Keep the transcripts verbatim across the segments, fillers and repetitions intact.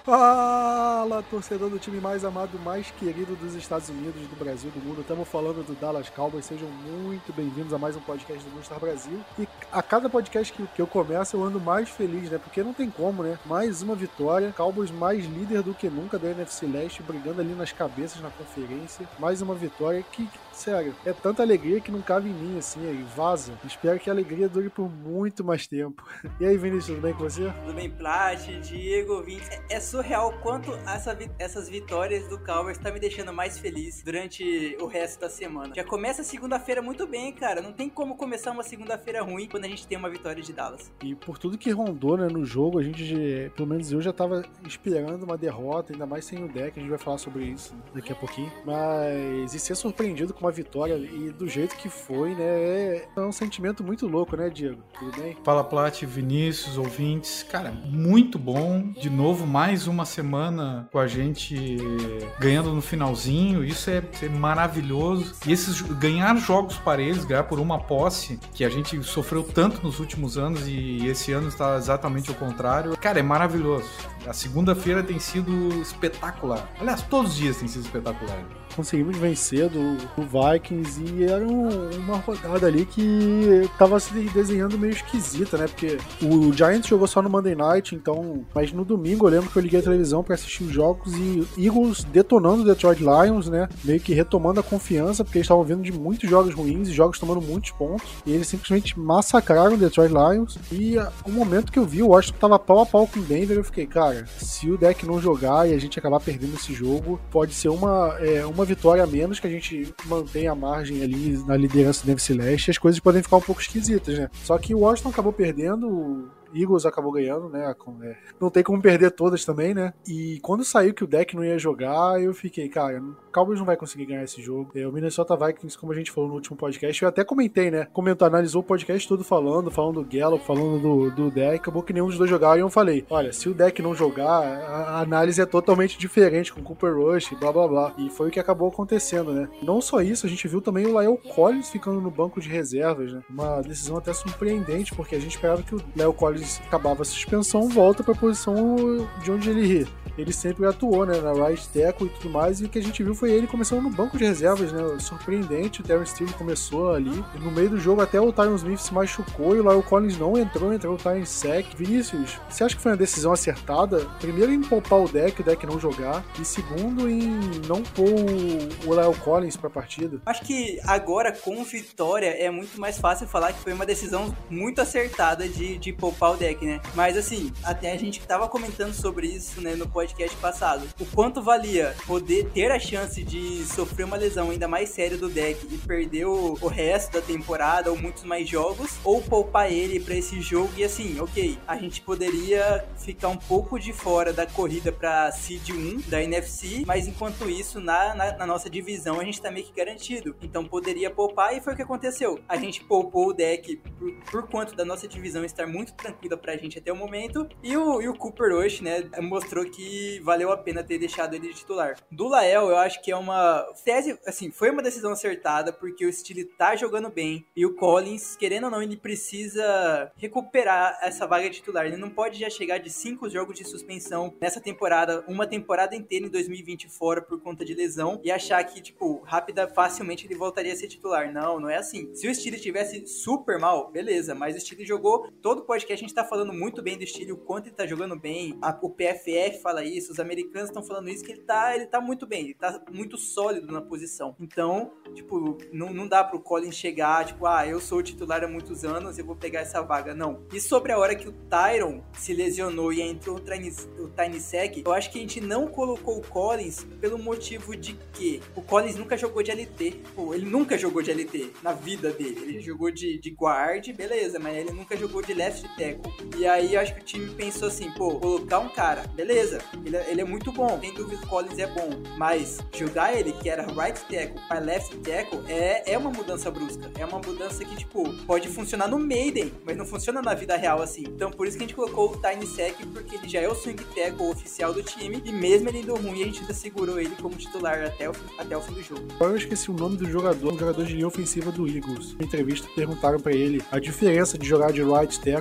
Fala, torcedor do time mais amado, mais querido dos Estados Unidos, do Brasil, do mundo. Estamos falando do Dallas Cowboys. Sejam muito bem-vindos a mais um podcast do Moonstar Brasil. E a cada podcast que, que eu começo, eu ando mais feliz, né? Porque não tem como, né? Mais uma vitória. Cowboys mais líder do que nunca da N F C Leste, brigando ali nas cabeças na conferência. Mais uma vitória que, sério, é tanta alegria que não cabe em mim, assim, aí vaza. Espero que a alegria dure por muito mais tempo. E aí, Vinícius, tudo bem com você? Tudo bem, Plat, Diego, Vinci. É, é surreal quanto essa, essas vitórias do Cowboys tá me deixando mais feliz durante o resto da semana. Já começa a segunda-feira muito bem, cara. Não tem como começar uma segunda-feira ruim quando a gente tem uma vitória de Dallas. E por tudo que rondou, né, no jogo, a gente, pelo menos eu já tava esperando uma derrota, ainda mais sem o deck. A gente vai falar sobre isso daqui a pouquinho. Mas e ser surpreendido com uma vitória e do jeito que foi, né, é um sentimento muito louco, né, Diego? Tudo bem? Fala, Plat, Vinícius, ouvintes. Cara, muito bom. De novo, mais uma semana com a gente ganhando no finalzinho. Isso é, é maravilhoso. E esses ganhar jogos parelhos, ganhar por uma posse, que a gente sofreu tanto nos últimos anos e esse ano está exatamente o contrário. Cara, é maravilhoso. A segunda-feira tem sido espetacular. Aliás, todos os dias tem sido espetacular. Conseguimos vencer do, do Vikings e era um, uma rodada ali que tava se desenhando meio esquisita, né? Porque o Giants jogou só no Monday Night, então... Mas no domingo eu lembro que eu liguei a televisão pra assistir os jogos e Eagles detonando o Detroit Lions, né? Meio que retomando a confiança, porque eles estavam vindo de muitos jogos ruins e jogos tomando muitos pontos. E eles simplesmente massacraram o Detroit Lions. E o momento que eu vi, o Washington tava pau a pau com o Denver, eu fiquei, cara, se o deck não jogar e a gente acabar perdendo esse jogo, pode ser uma... É, uma vitória a menos, que a gente mantém a margem ali na liderança do N F C Leste, e as coisas podem ficar um pouco esquisitas, né? Só que o Washington acabou perdendo, Eagles acabou ganhando, né? Não tem como perder todas também, né? E quando saiu que o deck não ia jogar, eu fiquei, cara, o Cowboys não vai conseguir ganhar esse jogo. É, o Minnesota Vikings, como a gente falou no último podcast, eu até comentei, né? Comentou, analisou o podcast todo falando, falando do Gallup, falando do, do deck, acabou que nenhum dos dois jogaram, e eu falei, olha, se o deck não jogar, a análise é totalmente diferente com o Cooper Rush, blá blá blá. E foi o que acabou acontecendo, né? Não só isso, a gente viu também o La'el Collins ficando no banco de reservas, né? Uma decisão até surpreendente, porque a gente esperava que o La'el Collins acabava a suspensão, volta para a posição de onde ele, ele sempre atuou, né, na right tackle e tudo mais, e o que a gente viu foi ele começando no banco de reservas, né, surpreendente. O Terrence Steele começou ali, e no meio do jogo até o Tyron Smith se machucou e o La'el Collins não entrou, entrou o Tyron Sack. Vinícius, você acha que foi uma decisão acertada? Primeiro em poupar o deck, o deck não jogar, e segundo em não pôr o La'el Collins para a partida? Acho que agora, com vitória, é muito mais fácil falar que foi uma decisão muito acertada de, de poupar o deck, né? Mas assim, até a gente tava comentando sobre isso, né, no podcast passado. O quanto valia poder ter a chance de sofrer uma lesão ainda mais séria do deck e perder o, o resto da temporada ou muitos mais jogos, ou poupar ele pra esse jogo e assim, ok, a gente poderia ficar um pouco de fora da corrida pra Seed um da N F C, mas enquanto isso, na, na, na nossa divisão, a gente tá meio que garantido. Então poderia poupar e foi o que aconteceu. A gente poupou o deck por, por conta da nossa divisão estar muito tranquila pra gente até o momento, e o, e o Cooper Rush, né, mostrou que valeu a pena ter deixado ele de titular. Do La'el, eu acho que é uma tese, assim, foi uma decisão acertada, porque o Steele tá jogando bem, e o Collins, querendo ou não, ele precisa recuperar essa vaga de titular. Ele não pode já chegar de cinco jogos de suspensão nessa temporada, uma temporada inteira em dois mil e vinte fora por conta de lesão, e achar que, tipo, rápida, facilmente ele voltaria a ser titular. Não, não é assim. Se o Steele tivesse super mal, beleza, mas o Steele jogou, todo podcast a gente tá falando muito bem do Steele, o quanto ele tá jogando bem, a, o P F F fala isso, os americanos estão falando isso, que ele tá, ele tá muito bem, ele tá muito sólido na posição. Então, tipo, não, não dá pro Collins chegar, tipo, ah, eu sou o titular há muitos anos, eu vou pegar essa vaga. Não. E sobre a hora que o Tyron se lesionou e entrou o Tiny, o Tiny Sack, eu acho que a gente não colocou o Collins pelo motivo de que o Collins nunca jogou de L T. Pô, ele nunca jogou de L T na vida dele. Ele jogou de, de guard, beleza, mas ele nunca jogou de left tackle. E aí eu acho que o time pensou assim, pô, colocar um cara, beleza, ele, ele é muito bom, sem dúvida o Collins é bom, mas jogar ele, que era right tackle, para left tackle, é, é uma mudança brusca. É uma mudança que, tipo, pode funcionar no Maiden, mas não funciona na vida real assim. Então por isso que a gente colocou o Tiny Sack, porque ele já é o swing tackle oficial do time, e mesmo ele indo ruim, a gente ainda segurou ele como titular até o, até o fim do jogo. Agora eu esqueci o nome do jogador, o jogador de linha ofensiva do Eagles. Na entrevista perguntaram pra ele a diferença de jogar de right tackle pra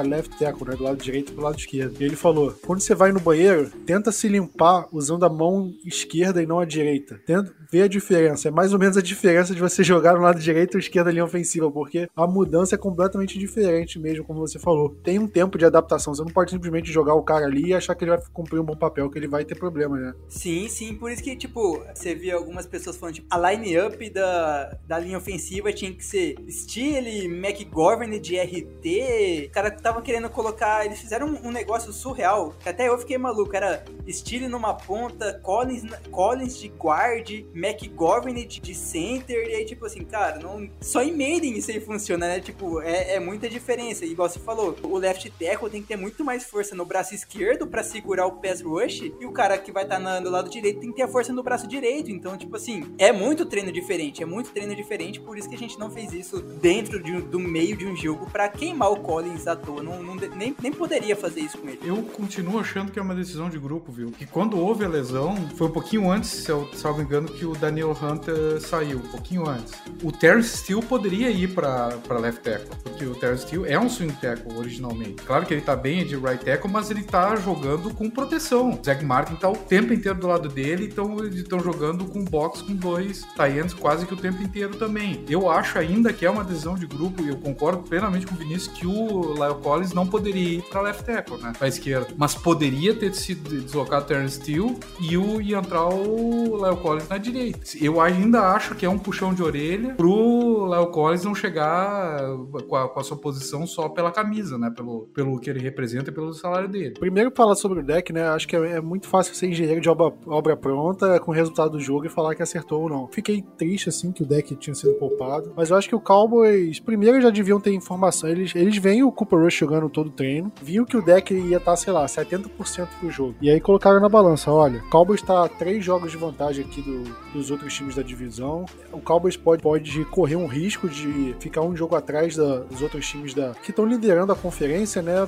era left tackle, né, do lado direito e do lado esquerdo. E ele falou, quando você vai no banheiro, tenta se limpar usando a mão esquerda e não a direita. Tenta ver a diferença. É mais ou menos a diferença de você jogar no lado direito ou esquerda da linha ofensiva, porque a mudança é completamente diferente mesmo, como você falou. Tem um tempo de adaptação. Você não pode simplesmente jogar o cara ali e achar que ele vai cumprir um bom papel, que ele vai ter problema, né? Sim, sim. Por isso que, tipo, você via algumas pessoas falando, tipo, a line-up da, da linha ofensiva tinha que ser Steele, McGovern de R T. O cara tava querendo colocar... Eles fizeram um, um negócio surreal, que até eu fiquei maluco. Era Steele numa ponta, Collins, Collins de guard, McGovern de, de center, e aí, tipo assim, cara, não, só em Maiden isso aí funciona, né? Tipo, é, é muita diferença. Igual você falou, o left tackle tem que ter muito mais força no braço esquerdo pra segurar o pass rush, e o cara que vai estar tá no lado direito tem que ter a força no braço direito. Então, tipo assim, é muito treino diferente, é muito treino diferente, por isso que a gente não fez isso dentro de, do meio de um jogo pra queimar o Collins à toa. Não, não, nem, nem poderia fazer isso com ele. Eu continuo achando que é uma decisão de grupo, viu? Que quando houve a lesão, foi um pouquinho antes, se eu salvo engano, que o Daniel Hunter saiu, um pouquinho antes. O Terrence Steele poderia ir pra, pra left tackle, porque o Terrence Steele é um swing tackle originalmente. Claro que ele tá bem de right tackle, mas ele tá jogando com proteção. O Zach Martin tá o tempo inteiro do lado dele, então eles estão jogando com box com dois tight ends quase que o tempo inteiro também. Eu acho ainda que é uma decisão de grupo, e eu concordo plenamente com o Vinícius que o La'el Collins não poderia ir pra left tackle, né, pra esquerda, mas poderia ter sido deslocado o Terrence Steele e, o, e entrar o La'el Collins na direita. Eu ainda acho que é um puxão de orelha pro La'el Collins não chegar com a, com a sua posição só pela camisa, né, pelo, pelo que ele representa e pelo salário dele. Primeiro, falar sobre o deck, né, acho que é, é muito fácil ser engenheiro de obra, obra pronta com o resultado do jogo e falar que acertou ou não. Fiquei triste, assim, que o deck tinha sido poupado, mas eu acho que o Cowboys, primeiro, já deviam ter informação. Eles, eles veem o Cooper Rush jogando todo o treino, viam que o deck ia estar, sei lá, setenta por cento pro jogo. E aí colocaram na balança, olha, o Cowboys tá a três jogos de vantagem aqui do, dos outros times da divisão. O Cowboys pode, pode correr um risco de ficar um jogo atrás da, dos outros times da, que estão liderando a conferência, né?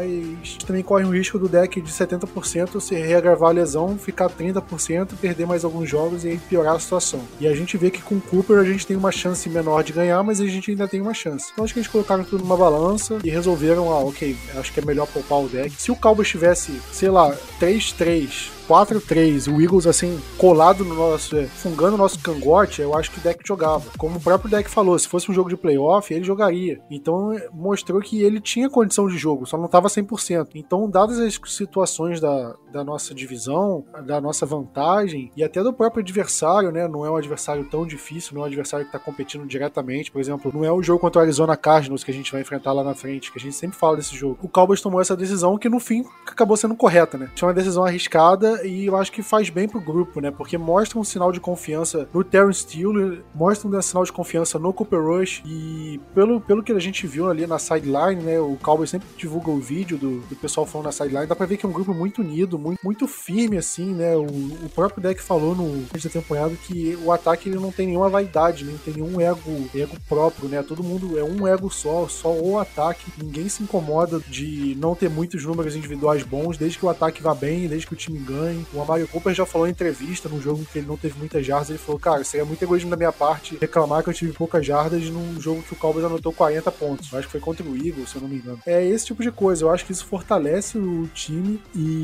Mas também corre um risco do deck de setenta por cento se reagravar a lesão, ficar trinta por cento, perder mais alguns jogos e aí piorar a situação. E a gente vê que com o Cooper a gente tem uma chance menor de ganhar, mas a gente ainda tem uma chance. Então acho que eles colocaram tudo numa balança e resolveram, ah, ok, acho que é melhor poupar o deck. Se o Cowboys tivesse, sei lá, três três, quatro três, o Eagles assim, colado no nosso, fungando o nosso cangote, eu acho que o deck jogava. Como o próprio deck falou, se fosse um jogo de playoff, ele jogaria. Então mostrou que ele tinha condição de jogo, só não estava cem por cento. Então, dadas as situações da, da nossa divisão, da nossa vantagem, e até do próprio adversário, né, não é um adversário tão difícil, não é um adversário que está competindo diretamente, por exemplo, não é o jogo contra o Arizona Cardinals que a gente vai enfrentar lá na frente, que a gente sempre fala desse jogo. O Cowboys tomou essa decisão que no fim acabou sendo correta, né? Foi uma decisão arriscada e eu acho que faz bem pro grupo, né? Porque mostra um sinal de confiança no Terrence Steele, mostra um sinal de confiança no Cooper Rush, e pelo, pelo que a gente viu ali na sideline, né? O Cowboys sempre divulga o vídeo do, do pessoal falando na sideline, dá pra ver que é um grupo muito unido, muito, muito firme, assim, né? O, o próprio deck falou no início da temporada que o ataque ele não tem nenhuma vaidade, não tem nenhum ego, ego próprio, né? Todo mundo é um ego só, só o ataque, ninguém se incomoda de não ter muitos números individuais bons, desde que o ataque vá bem, desde que o time ganhe. O Amari Cooper já falou em entrevista, num jogo que ele não teve muitas jardas, ele falou, cara, seria muito egoísmo da minha parte reclamar que eu tive poucas jardas num jogo que o Cowboys anotou quarenta pontos. Eu acho que foi contra o Eagles, se eu não me engano. É esse tipo de coisa, eu acho que isso fortalece o time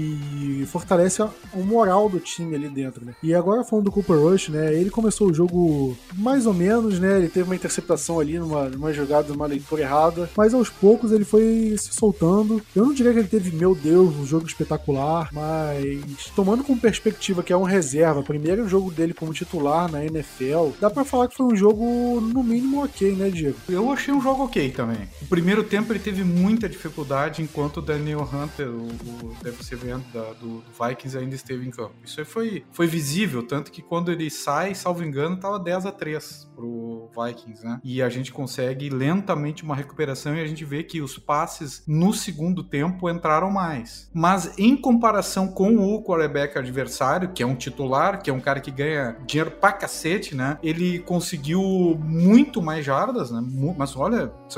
e fortalece o moral do time ali dentro, né? E agora falando do Cooper Rush, né, ele começou o jogo mais ou menos, né, ele teve uma interceptação ali numa, numa jogada, numa leitura errada, mas aos poucos ele foi se soltando. Eu não diria que ele teve, meu Deus, um jogo espetacular, mas tomando com perspectiva que é um reserva, primeiro jogo dele como titular na N F L, dá pra falar que foi um jogo no mínimo ok, né, Diego? Eu achei um jogo ok também. O primeiro tempo ele teve muita dificuldade enquanto o Daniel Hunter, o, o defensive end da, do, do Vikings, ainda esteve em campo. Isso aí foi, foi visível, tanto que quando ele sai, salvo engano, tava dez a três pro Vikings, né? E a gente consegue lentamente uma recuperação e a gente vê que os passes no segundo tempo entraram mais. Mas em comparação com o quarterback adversário, que é um titular, que é um cara que ganha dinheiro pra cacete, né? Ele conseguiu muito mais jardas, né? Mas olha, são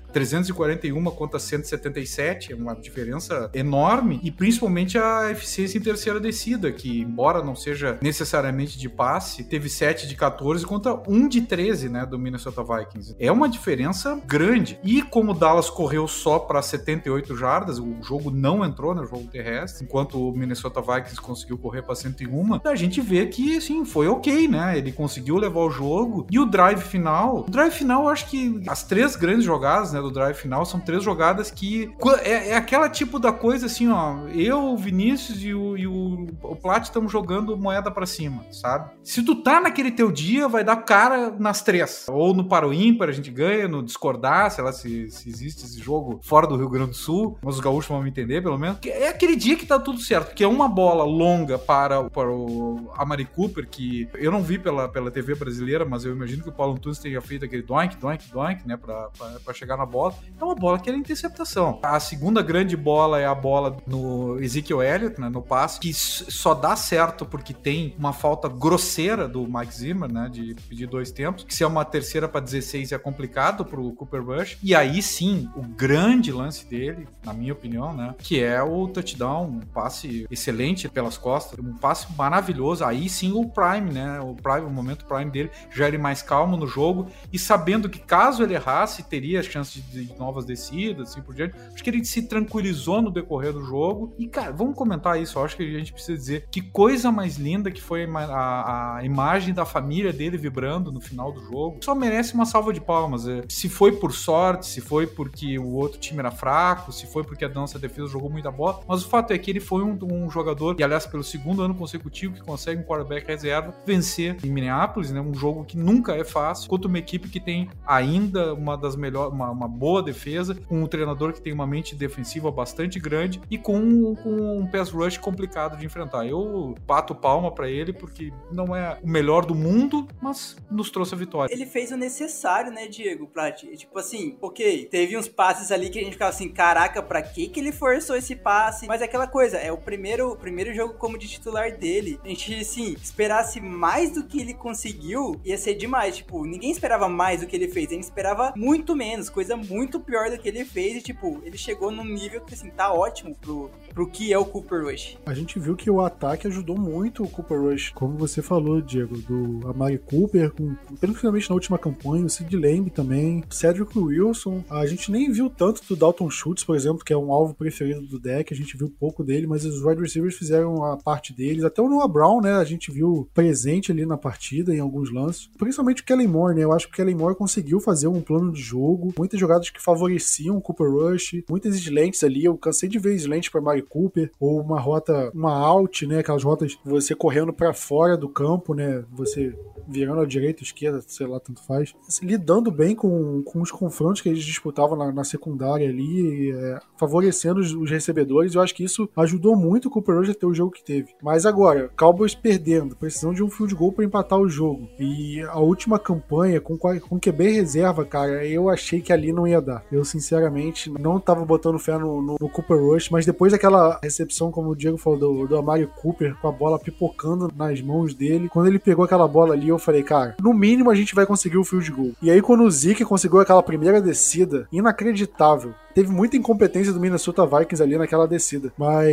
trezentos e quarenta e um contra cento e setenta e sete, é uma diferença enorme, e principalmente a eficiência em terceira descida, que embora não seja necessariamente de passe, teve sete de catorze contra um de treze, né, do Minnesota Vikings. É uma diferença grande. E como o Dallas correu só para setenta e oito jardas, o jogo não entrou no jogo terrestre, enquanto o Minnesota Vikings conseguiu correr para cento e um, a gente vê que, assim, foi ok, né? Ele conseguiu levar o jogo. E o drive final, o drive final, eu acho que as três grandes jogadas, né, do drive final são três jogadas que é, é aquela tipo da coisa assim, ó, eu, o Vinícius e o, e o, o Plat estamos jogando moeda pra cima, sabe? Se tu tá naquele teu dia, vai dar cara nas três. Ou no paro ímpar a gente ganha, no discordar, sei lá se, se existe esse jogo fora do Rio Grande do Sul, mas os gaúchos vão me entender, pelo menos. É aquele dia que tá tudo certo, porque é uma bola longa para, para o Amari Cooper, que eu não vi pela, pela T V brasileira, mas eu imagino que o Paulo Antunes tenha feito aquele doink, doink, doink, né, pra, pra, pra chegar na bola. É uma bola que era interceptação. A segunda grande bola é a bola no Ezekiel Elliott, né, no passe, que só dá certo porque tem uma falta grosseira do Mike Zimmer, né, de pedir dois tempos, que se é uma terceira para dezesseis é complicado pro Cooper Rush. E aí sim, o grande lance dele, na minha opinião, né, que é o touchdown, um passe excelente pelas costas, um passe maravilhoso. Aí sim o prime, né, o prime, o momento prime dele, já ele mais calmo no jogo e sabendo que caso ele errasse, teria a chance de, de novas descidas, assim por diante. Acho que ele se tranquilizou no decorrer do jogo. E, cara, vamos comentar isso. Eu acho que a gente precisa dizer que coisa mais linda que foi a, a, a imagem da família dele vibrando no final do jogo. Só merece uma salva de palmas. Se foi por sorte, se foi porque o outro time era fraco, se foi porque a nossa defesa jogou muita bola, mas o fato é que ele foi um, um jogador, e aliás, pelo segundo ano consecutivo, que consegue um quarterback reserva vencer em Minneapolis, né? Um jogo que nunca é fácil, contra uma equipe que tem ainda uma das melhores, uma, uma boa defesa, com um treinador que tem uma mente defensiva bastante grande e com, com um pass rush complicado de enfrentar. Eu bato palma pra ele porque não é o melhor do mundo, mas nos trouxe a vitória. Ele fez o necessário, né, Diego Plat? Tipo assim, ok, teve uns passes ali que a gente ficava assim, caraca, pra que que ele forçou esse passe? Mas é aquela coisa, é o primeiro, o primeiro jogo como de titular dele. A gente, assim, esperasse mais do que ele conseguiu, ia ser demais. Tipo, ninguém esperava mais do que ele fez, a gente esperava muito menos, coisa muito pior do que ele fez. E, tipo, ele chegou num nível que, assim, tá ótimo pro, pro que é o Cooper Rush. A gente viu que o ataque ajudou muito o Cooper Rush, como você falou, Diego, do Amari Cooper, com, principalmente na última campanha, o Sid Lamb também, Cedric Wilson. A gente nem viu tanto do Dalton Schultz, por exemplo, que é um alvo preferido do deck, a gente viu pouco dele, mas os wide receivers fizeram a parte deles. Até o Noah Brown, né, a gente viu presente ali na partida, em alguns lances. Principalmente o Kellen Moore, né, eu acho que o Kellen Moore conseguiu fazer um plano de jogo, muitas jogadas que favoreciam o Cooper Rush, muitas slants ali, eu cansei de ver slants para Amari Cooper, ou uma rota, uma out, né, aquelas rotas você correndo para fora do campo, né, você virando à direita, à esquerda, sei lá, tanto faz, assim, lidando bem com, com os confrontos que eles disputavam na, na secundária ali, é, favorecendo os, os recebedores. Eu acho que isso ajudou muito o Cooper Rush a ter o jogo que teve. Mas agora, Cowboys perdendo, precisando de um field goal para empatar o jogo, e a última campanha com, com Q B reserva, cara, eu achei que ali não ia dar. Eu, sinceramente, não tava botando fé no, no, no Cooper Rush, mas depois daquela recepção, como o Diego falou, do, do Amari Cooper, com a bola pipocando nas mãos dele, quando ele pegou aquela bola ali, eu falei, cara, no mínimo a gente vai conseguir o field goal. E aí, quando o Zeke conseguiu aquela primeira descida, inacreditável. Teve muita incompetência do Minnesota Vikings ali naquela descida.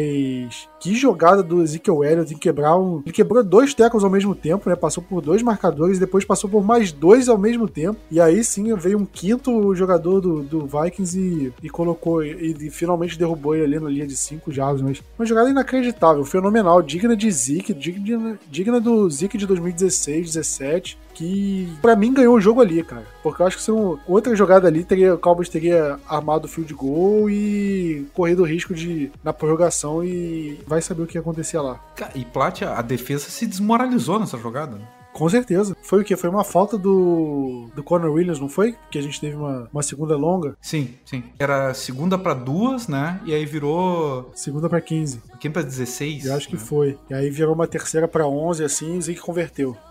Mas que jogada do Ezekiel Elliott em quebrar um... Ele quebrou dois tackles ao mesmo tempo, né? Passou por dois marcadores e depois passou por mais dois ao mesmo tempo. E aí sim veio um quinto jogador do, do Vikings e, e colocou... E, e finalmente derrubou ele ali na linha de cinco jardas. Mas uma jogada inacreditável, fenomenal, digna de Zeke, digna, digna do Zeke de dois mil e dezesseis, dezessete. Que pra mim ganhou o jogo ali, cara. Porque eu acho que se uma outra jogada ali, teria, o Cowboys teria armado o field goal e corrido o risco de na prorrogação e vai saber o que ia acontecer lá. E Plat, a defesa se desmoralizou nessa jogada, né? Com certeza. Foi o quê? Foi uma falta do, do Connor Williams, não foi? Que a gente teve uma, uma segunda longa. Sim, sim. Era segunda pra duas, né? E aí virou... Segunda pra quinze. Quem pra dezesseis? Eu acho que né? foi. E aí virou uma terceira pra onze, assim, e o Zeke converteu.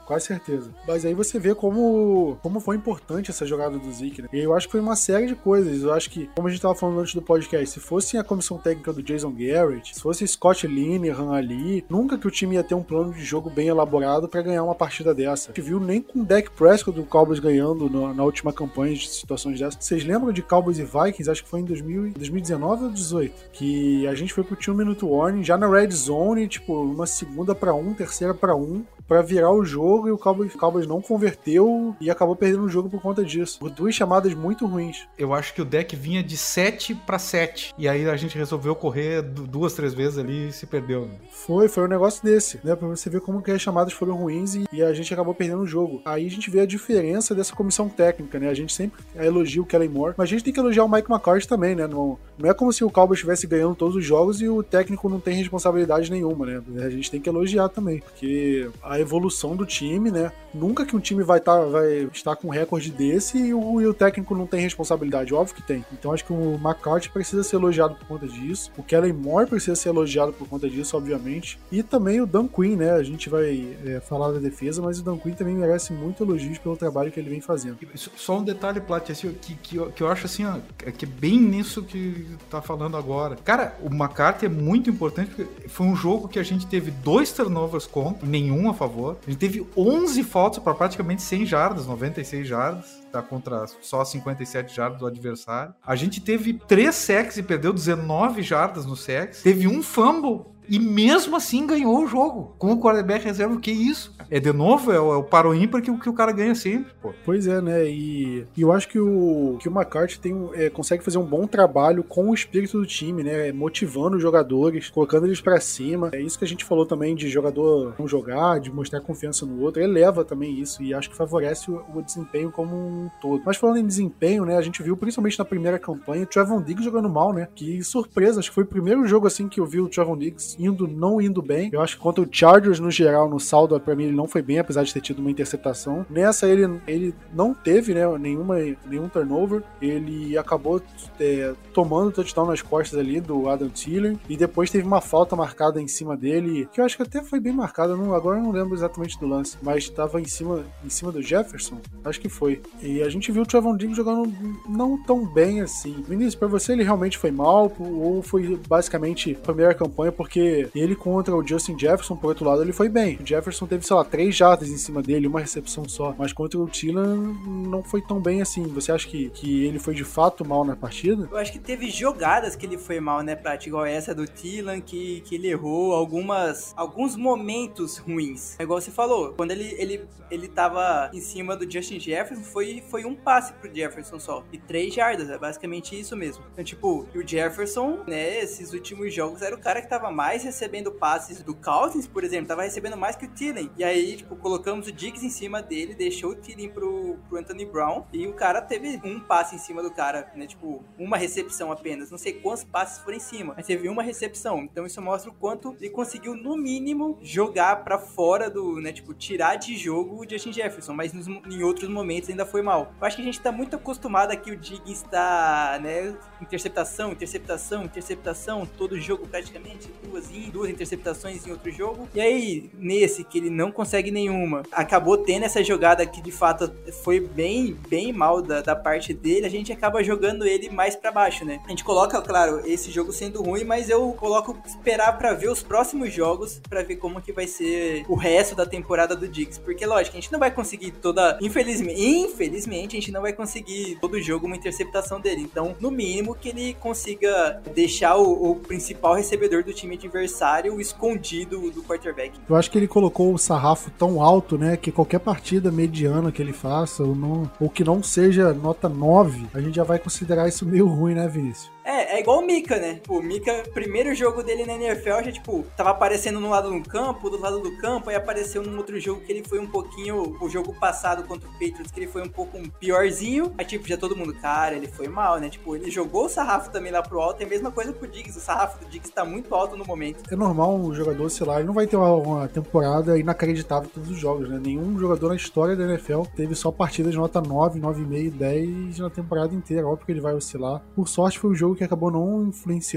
quase certeza. Mas aí você vê como, como foi importante essa jogada do Zeke, né? E eu acho que foi uma série de coisas. Eu acho que, como a gente tava falando antes do podcast, se fosse a comissão técnica do Jason Garrett, se fosse Scott Linehan ali, nunca que o time ia ter um plano de jogo bem elaborado pra ganhar uma partida dessa. A gente viu nem com o Dak Prescott do Cowboys ganhando no, na última campanha de situações dessas. Vocês lembram de Cowboys e Vikings? Acho que foi em dois mil, dois mil e dezenove ou dezoito, que a gente foi pro two minute warning, já na red zone, tipo, uma segunda pra um, terceira pra um, pra virar o jogo, e o Cowboys, o Cowboys não converteu e acabou perdendo o jogo por conta disso. Por duas chamadas muito ruins. Eu acho que o deck vinha de sete pra sete, e aí a gente resolveu correr duas, três vezes ali e se perdeu. Foi, foi um negócio desse, né? Pra você ver como que as chamadas foram ruins e, e a gente acabou perdendo o jogo. Aí a gente vê a diferença dessa comissão técnica, né? A gente sempre elogia o Kellen Moore, mas a gente tem que elogiar o Mike McCarthy também, né? Não, não é como se o Cowboys estivesse ganhando todos os jogos e o técnico não tem responsabilidade nenhuma, né? A gente tem que elogiar também, porque a evolução do time, né? Nunca que um time vai, tá, vai estar com um recorde desse e o, e o técnico não tem responsabilidade, óbvio que tem. Então acho que o McCarthy precisa ser elogiado por conta disso, o Kellen Moore precisa ser elogiado por conta disso, obviamente, e também o Dan Quinn, né? A gente vai é, falar da defesa, mas o Dan Quinn também merece muito elogios pelo trabalho que ele vem fazendo. Só um detalhe, Plat, assim, que, que, eu, que eu acho assim, ó, que é bem nisso que tá falando agora. Cara, o McCarthy é muito importante porque foi um jogo que a gente teve dois turnovers contra, nenhum a favor. A gente teve onze faltas para praticamente cem jardas, noventa e seis jardas, tá, contra só cinquenta e sete jardas do adversário. A gente teve três sacks e perdeu dezenove jardas no sacks. Teve um fumble e mesmo assim ganhou o jogo. Com o quarterback reserva, o que é isso? É de novo, é o, é o paro ímpar que, que o cara ganha sempre, pô. Pois é, né? E, e eu acho que o, que o McCarthy tem, é, consegue fazer um bom trabalho com o espírito do time, né? Motivando os jogadores, colocando eles pra cima. É isso que a gente falou também de jogador não jogar, de mostrar confiança no outro. Eleva também isso e acho que favorece o, o desempenho como um todo. Mas falando em desempenho, né? A gente viu principalmente na primeira campanha o Trevon Diggs jogando mal, né? Que surpresa, acho que foi o primeiro jogo assim que eu vi o Trevon Diggs indo, não indo bem. Eu acho que contra o Chargers, no geral, no saldo, pra mim, ele não foi bem, apesar de ter tido uma interceptação. Nessa, ele, ele não teve, né, nenhuma, nenhum turnover. Ele acabou é, tomando o touchdown nas costas ali do Adam Thielen, e depois teve uma falta marcada em cima dele, que eu acho que até foi bem marcada, não, agora eu não lembro exatamente do lance, mas estava em cima, em cima do Jefferson, acho que foi. E a gente viu o Trevon Diggs jogando não tão bem assim. Vinícius, pra você ele realmente foi mal, ou foi basicamente a primeira campanha, porque ele contra o Justin Jefferson, por outro lado, ele foi bem. O Jefferson teve, sei lá, três jardas em cima dele, uma recepção só. Mas contra o Thielen não foi tão bem assim. Você acha que, que ele foi de fato mal na partida? Eu acho que teve jogadas que ele foi mal, né, Prat? Igual essa do Thielen, que, que ele errou algumas, alguns momentos ruins. É igual você falou, quando ele, ele, ele tava em cima do Justin Jefferson, foi, foi um passe pro Jefferson só. E três jardas, é basicamente isso mesmo. Então, tipo, o Jefferson, né, esses últimos jogos, era o cara que tava mais recebendo passes do Cousins, por exemplo, tava recebendo mais que o Thielen. E aí, tipo, colocamos o Diggs em cima dele, deixou o Thielen pro, pro Anthony Brown, e o cara teve um passe em cima do cara, né, tipo, uma recepção apenas. Não sei quantos passes foram em cima, mas teve uma recepção. Então isso mostra o quanto ele conseguiu, no mínimo, jogar pra fora do, né, tipo, tirar de jogo o Justin Jefferson, mas nos, em outros momentos ainda foi mal. Eu acho que a gente tá muito acostumado aqui, o Diggs tá, né, interceptação, interceptação, interceptação, todo jogo praticamente, duas em, duas interceptações em outro jogo. E aí, nesse que ele não consegue nenhuma, acabou tendo essa jogada que de fato foi bem, bem mal da, da parte dele, a gente acaba jogando ele mais pra baixo, né? A gente coloca, claro, esse jogo sendo ruim, mas eu coloco esperar pra ver os próximos jogos, pra ver como que vai ser o resto da temporada do Diggs, porque lógico, a gente não vai conseguir toda, infelizmente, infelizmente a gente não vai conseguir todo jogo uma interceptação dele, então no mínimo que ele consiga deixar o, o principal recebedor do time adversário escondido do quarterback. Eu acho que ele colocou o sarrafo tão alto, né, que qualquer partida mediana que ele faça, ou, não, ou que não seja nota nove, a gente já vai considerar isso meio ruim, né, Vinícius? É, é igual o Mika, né? O Mika, primeiro jogo dele na N F L, já, tipo, tava aparecendo num lado do campo, do lado do campo, aí apareceu num outro jogo que ele foi um pouquinho, o jogo passado contra o Patriots, que ele foi um pouco um piorzinho, aí, tipo, já todo mundo, cara, ele foi mal, né? Tipo, ele jogou o sarrafo também lá pro alto, é a mesma coisa pro Diggs, o sarrafo do Diggs tá muito alto no momento. É normal um jogador, sei lá, ele não vai ter uma, uma temporada inacreditável todos os jogos, né? Nenhum jogador na história da N F L teve só partidas de nota nove, nove vírgula cinco, dez na temporada inteira, óbvio que ele vai oscilar. Por sorte, foi um jogo que acabou não influenciando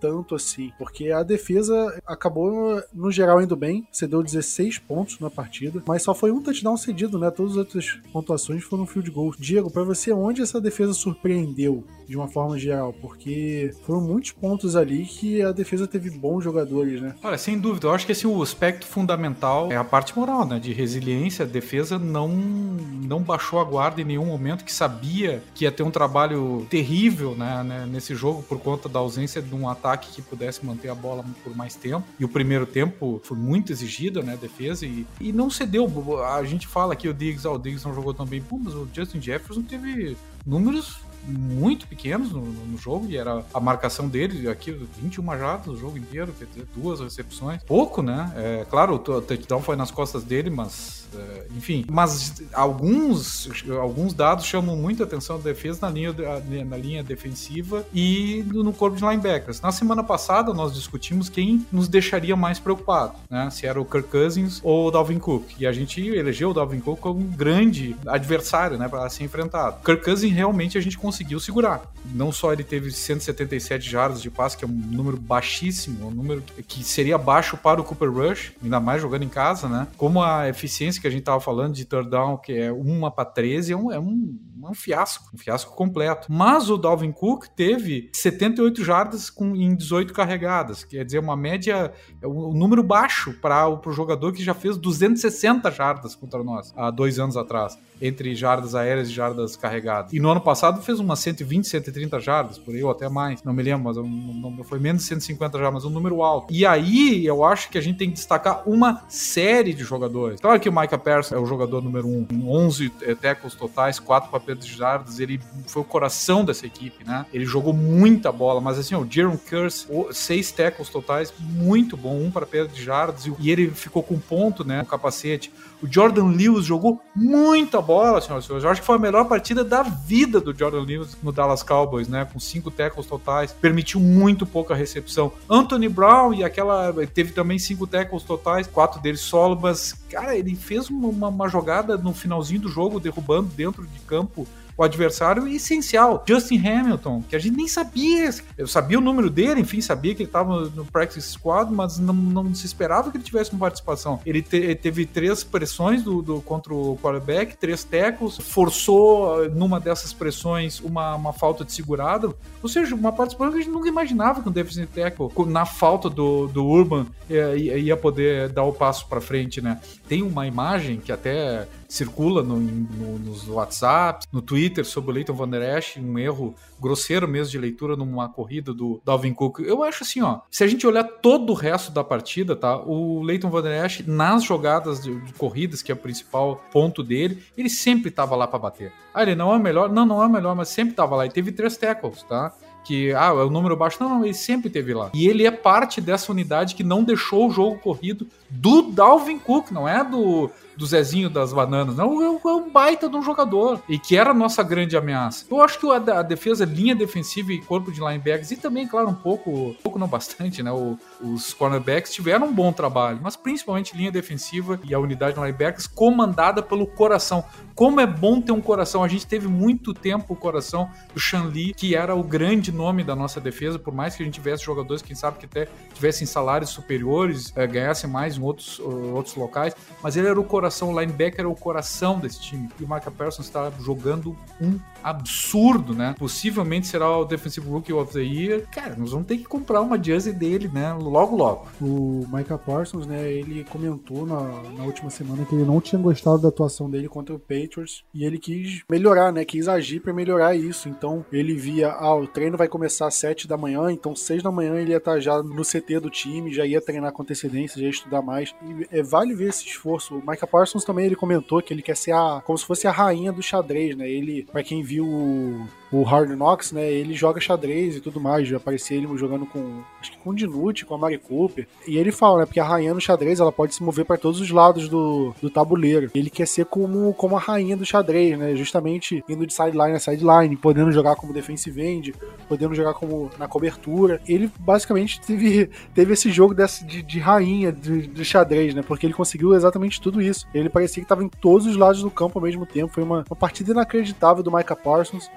tanto assim, porque a defesa acabou, no geral, indo bem, cedeu dezesseis pontos na partida, mas só foi um touchdown cedido, né? Todas as outras pontuações foram field goals. Diego, pra você, onde essa defesa surpreendeu de uma forma geral? Porque foram muitos pontos ali que a defesa teve bons jogadores, né? Olha, sem dúvida, eu acho que esse, o aspecto fundamental é a parte moral, né? De resiliência. A defesa não, não baixou a guarda em nenhum momento, que sabia que ia ter um trabalho terrível, né, né, nesse jogo por conta da ausência de um ataque que pudesse manter a bola por mais tempo. E o primeiro tempo foi muito exigido, né, a defesa, e, e não cedeu. A gente fala aqui o Diggs, ah, o Diggs não jogou tão bem, pô, mas o Justin Jefferson teve números muito pequenos no, no jogo, e era a marcação dele aqui, vinte e uma jardas o jogo inteiro, quer dizer, duas recepções, pouco, né? É, claro, o touchdown foi nas costas dele, mas é, enfim, mas alguns, alguns dados chamam muita atenção da defesa na linha, na linha defensiva e no corpo de linebackers. Na semana passada nós discutimos quem nos deixaria mais preocupado, né? Se era o Kirk Cousins ou o Dalvin Cook, e a gente elegeu o Dalvin Cook como um grande adversário, né, para ser enfrentado. Kirk Cousins realmente a gente conseguiu segurar. Não só ele teve cento e setenta e sete jardas de passe, que é um número baixíssimo, um número que seria baixo para o Cooper Rush, ainda mais jogando em casa, né? Como a eficiência que a gente estava falando de third down, que é uma para treze, é um, é um um fiasco, um fiasco completo. Mas o Dalvin Cook teve setenta e oito jardas com, em dezoito carregadas, quer dizer, uma média, um número baixo para o jogador que já fez duzentas e sessenta jardas contra nós, há dois anos atrás, entre jardas aéreas e jardas carregadas. E no ano passado fez umas cento e vinte, cento e trinta jardas, por aí, ou até mais, não me lembro, mas não foi menos de cento e cinquenta jardas, mas um número alto. E aí, eu acho que a gente tem que destacar uma série de jogadores. Claro que o Micah Parsons é o jogador número um, com onze tackles totais, quatro papéis de jardas, ele foi o coração dessa equipe, né? Ele jogou muita bola, mas assim, o Jaron Kearse, seis tackles totais, muito bom, um para perda de jardas, e ele ficou com ponto, né, no capacete. O Jordan Lewis jogou muita bola, senhoras e senhores. Eu acho que foi a melhor partida da vida do Jordan Lewis no Dallas Cowboys, né? Com cinco tackles totais, permitiu muito pouca recepção. Anthony Brown, e aquela, teve também cinco tackles totais, quatro deles solo, mas, cara, ele fez uma, uma jogada no finalzinho do jogo, derrubando dentro de campo o adversário essencial. Justin Hamilton, que a gente nem sabia, eu sabia o número dele, enfim, sabia que ele estava no practice squad, mas não, não se esperava que ele tivesse uma participação. Ele, te, ele teve três pressões do, do, contra o quarterback, três tackles, forçou numa dessas pressões uma, uma falta de segurada, ou seja, uma participação que a gente nunca imaginava que um defensive tackle, na falta do, do Urban, ia, ia poder dar o passo para frente, né? Tem uma imagem que até circula no, no, nos WhatsApp, no Twitter, sobre o Leighton Vander Esch, um erro grosseiro mesmo de leitura numa corrida do Dalvin Cook. Eu acho assim, ó, se a gente olhar todo o resto da partida, tá, o Leighton Vander Esch, nas jogadas de, de corridas, que é o principal ponto dele, ele sempre tava lá para bater. Ah, ele não é o melhor? Não, não é o melhor, mas sempre tava lá. E teve três tackles, tá? Que, ah, é o número baixo. Não, não, ele sempre teve lá. E ele é parte dessa unidade que não deixou o jogo corrido do Dalvin Cook, não é do, do Zezinho das bananas, não, é, é um baita de um jogador, e que era a nossa grande ameaça. Eu acho que a, a defesa, linha defensiva e corpo de linebackers, e também, claro, um pouco, um pouco não bastante, né, o, os cornerbacks tiveram um bom trabalho, mas principalmente linha defensiva e a unidade de linebackers comandada pelo coração. Como é bom ter um coração. A gente teve muito tempo o coração do Sean Lee, que era o grande nome da nossa defesa, por mais que a gente tivesse jogadores, quem sabe, que até tivessem salários superiores, é, ganhassem mais em outros, uh, outros locais, mas ele era o coração, o linebacker era o coração desse time. E o Micah Parsons está jogando um absurdo, né? Possivelmente será o Defensive Rookie of the Year. Cara, nós vamos ter que comprar uma jersey dele, né? Logo, logo. O Micah Parsons, né? Ele comentou na, na última semana que ele não tinha gostado da atuação dele contra o Patriots e ele quis melhorar, né? Quis agir para melhorar isso. Então, ele via, ah, o treino vai começar às sete da manhã, então seis da manhã ele ia estar já no C T do time, já ia treinar com antecedência, já ia estudar mais. E é, vale ver esse esforço. O Micah Parsons também, ele comentou que ele quer ser a, como se fosse a rainha do xadrez, né? Ele, pra quem viu o, o Hard Knocks, né? Ele joga xadrez e tudo mais. Já aparecia ele jogando com, acho que com o Dinucci, com a Mari Cooper. E ele fala, né? Porque a rainha no xadrez, ela pode se mover para todos os lados do, do tabuleiro. Ele quer ser como, como a rainha do xadrez, né? Justamente indo de sideline a sideline, podendo jogar como defensive end, podendo jogar como na cobertura. Ele basicamente teve, teve esse jogo dessa, de, de rainha de, de xadrez, né? Porque ele conseguiu exatamente tudo isso. Ele parecia que estava em todos os lados do campo ao mesmo tempo. Foi uma, uma partida inacreditável do Micah Parsons. Como você falou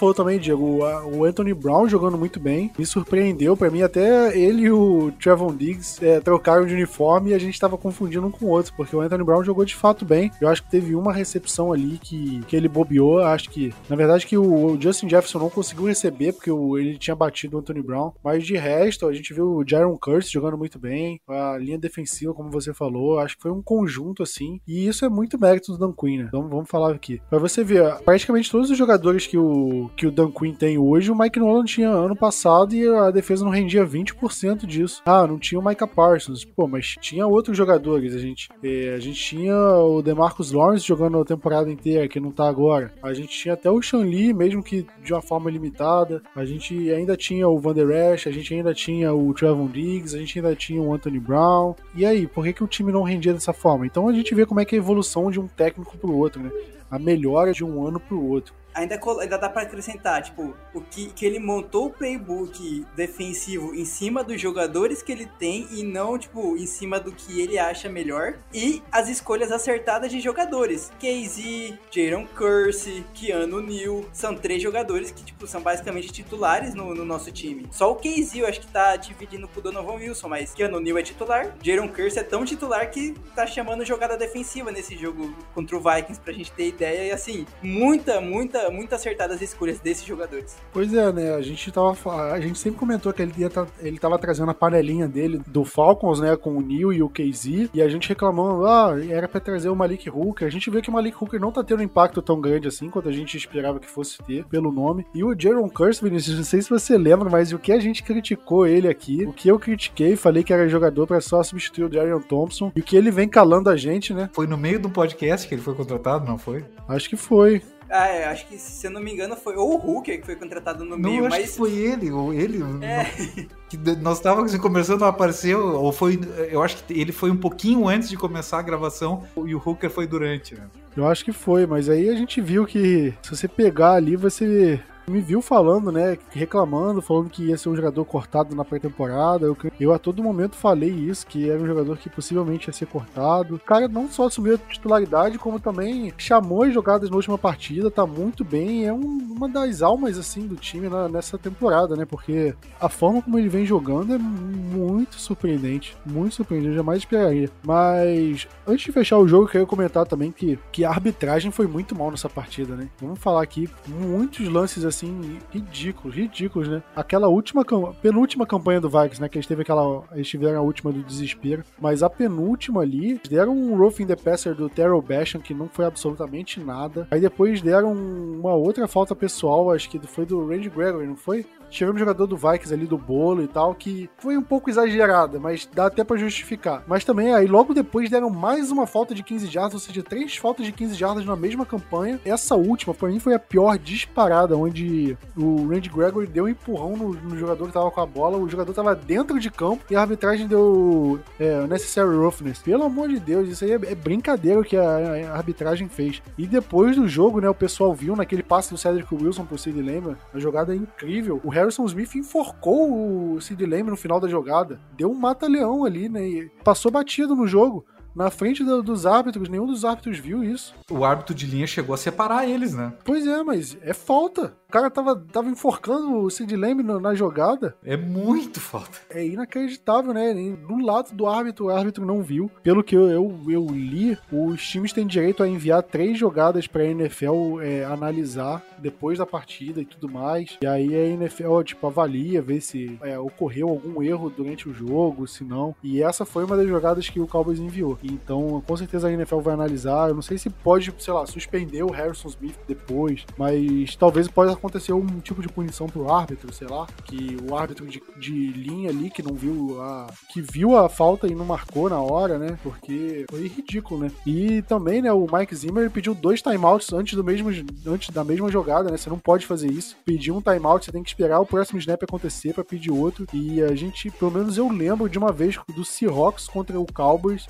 falou também, Diego, o, o Anthony Brown jogando muito bem, me surpreendeu, pra mim até ele e o Trevon Diggs é, trocaram de uniforme e a gente tava confundindo um com o outro, porque o Anthony Brown jogou de fato bem, eu acho que teve uma recepção ali que, que ele bobeou, acho que, na verdade que o, o Justin Jefferson não conseguiu receber, porque o, ele tinha batido o Anthony Brown, mas de resto, a gente viu o Jaron Kearse jogando muito bem, a linha defensiva, como você falou, acho que foi um conjunto assim, e isso é muito mérito do Dan Quinn, né? Então vamos falar aqui. Pra você ver, praticamente todos os jogadores que o, que o Dan Quinn tem hoje, o Mike Nolan tinha ano passado e a defesa não rendia vinte por cento disso. Ah, não tinha o Micah Parsons, pô, mas tinha outros jogadores, a gente, é, a gente tinha o DeMarcus Lawrence jogando a temporada inteira, que não tá agora. A gente tinha até o Sean Lee, mesmo que de uma forma limitada. A gente ainda tinha o Van Der Esch, a gente ainda tinha o Trevon Diggs, a gente ainda tinha o Anthony Brown. E aí, por que, que o time não rendia dessa forma? Então a gente vê como é que é a evolução de um técnico pro outro, né? A melhora de um ano pro outro. Ainda, ainda dá pra acrescentar, tipo, o que, que ele montou o playbook defensivo em cima dos jogadores que ele tem e não, tipo, em cima do que ele acha melhor. E as escolhas acertadas de jogadores. K Z, Jaron Kearse, Keanu Neal. São três jogadores que, tipo, são basicamente titulares no, no nosso time. Só o K Z eu acho que tá dividindo com o Donovan Wilson, mas Keanu Neal é titular. Jaron Kearse é tão titular que tá chamando jogada defensiva nesse jogo contra o Vikings, pra gente ter ideia. E assim, muita, muita muito acertadas as escolhas desses jogadores. Pois é, né? A gente tava, a gente sempre comentou que ele ia tá, ele tava trazendo a panelinha dele do Falcons, né, com o Neal e o K Z, e a gente reclamando, ah, era pra trazer o Malik Hooker. A gente vê que o Malik Hooker não tá tendo um impacto tão grande assim quanto a gente esperava que fosse ter, pelo nome. E o Jaron Kearse, Vinícius, não sei se você lembra, mas o que a gente criticou ele aqui, o que eu critiquei, falei que era jogador pra só substituir o Darian Thompson, e o que ele vem calando a gente, né? Foi no meio do podcast que ele foi contratado, não foi? Acho que foi. Ah, é, acho que, se eu não me engano, foi ou o Hooker que foi contratado no não, meio, acho mas... que foi ele, ou ele... É. Que nós estávamos conversando, não apareceu, ou foi... Eu acho que ele foi um pouquinho antes de começar a gravação, e o Hooker foi durante, né? Eu acho que foi, mas aí a gente viu que se você pegar ali, você... me viu falando, né, reclamando, falando que ia ser um jogador cortado na pré-temporada. Eu, eu a todo momento falei isso, que era um jogador que possivelmente ia ser cortado. O cara não só assumiu a titularidade, como também chamou as jogadas na última partida, tá muito bem, é um, uma das almas, assim, do time na, nessa temporada, né, porque a forma como ele vem jogando é muito surpreendente, muito surpreendente, eu jamais esperaria. Mas, antes de fechar o jogo, eu queria comentar também que, que a arbitragem foi muito mal nessa partida, né. Vamos falar aqui, muitos lances, assim, assim, ridículos, ridículos, né? Aquela última, penúltima campanha do Vikings, né? Que eles, teve aquela, eles tiveram a última do desespero, mas a penúltima ali, deram um roughing the passer do Terrell Basham, que não foi absolutamente nada. Aí depois deram uma outra falta pessoal, acho que foi do Randy Gregory, não foi? Tivemos um jogador do Vikings ali, do bolo e tal, que foi um pouco exagerada, mas dá até pra justificar. Mas também, aí logo depois deram mais uma falta de quinze jardas, ou seja, três faltas de quinze jardas na mesma campanha. Essa última, pra mim, foi a pior disparada, onde o Randy Gregory deu um empurrão no, no jogador que tava com a bola, o jogador tava dentro de campo e a arbitragem deu é, necessary roughness. Pelo amor de Deus, isso aí é, é brincadeira o que a, a arbitragem fez. E depois do jogo, né, o pessoal viu naquele passe do Cedric Wilson pro Sid Lamb, a jogada é incrível. O Harrison Smith enforcou o Sid Lamb no final da jogada. Deu um mata-leão ali, né? E passou batido no jogo. Na frente do, dos árbitros, nenhum dos árbitros viu isso. O árbitro de linha chegou a separar eles, né? Pois é, mas é falta. O cara tava, tava enforcando o Sid Lamb na, na jogada. É muito falta. É inacreditável, né? Do lado do árbitro, o árbitro não viu. Pelo que eu, eu, eu li, os times têm direito a enviar três jogadas pra N F L é, analisar depois da partida e tudo mais. E aí a N F L, tipo, avalia, vê se é, ocorreu algum erro durante o jogo, se não. E essa foi uma das jogadas que o Cowboys enviou. Então, com certeza a N F L vai analisar. Eu não sei se pode, sei lá, suspender o Harrison Smith depois, mas talvez pode acontecer um tipo de punição pro árbitro, sei lá, que o árbitro de, de linha ali, que não viu a... que viu a falta e não marcou na hora, né? Porque foi ridículo, né? E também, né, o Mike Zimmer pediu dois timeouts antes, do mesmo, antes da mesma jogada, né? Você não pode fazer isso. Pedir um timeout, você tem que esperar o próximo snap acontecer pra pedir outro. E a gente, pelo menos eu lembro de uma vez do Seahawks contra o Cowboys, eu acho que foi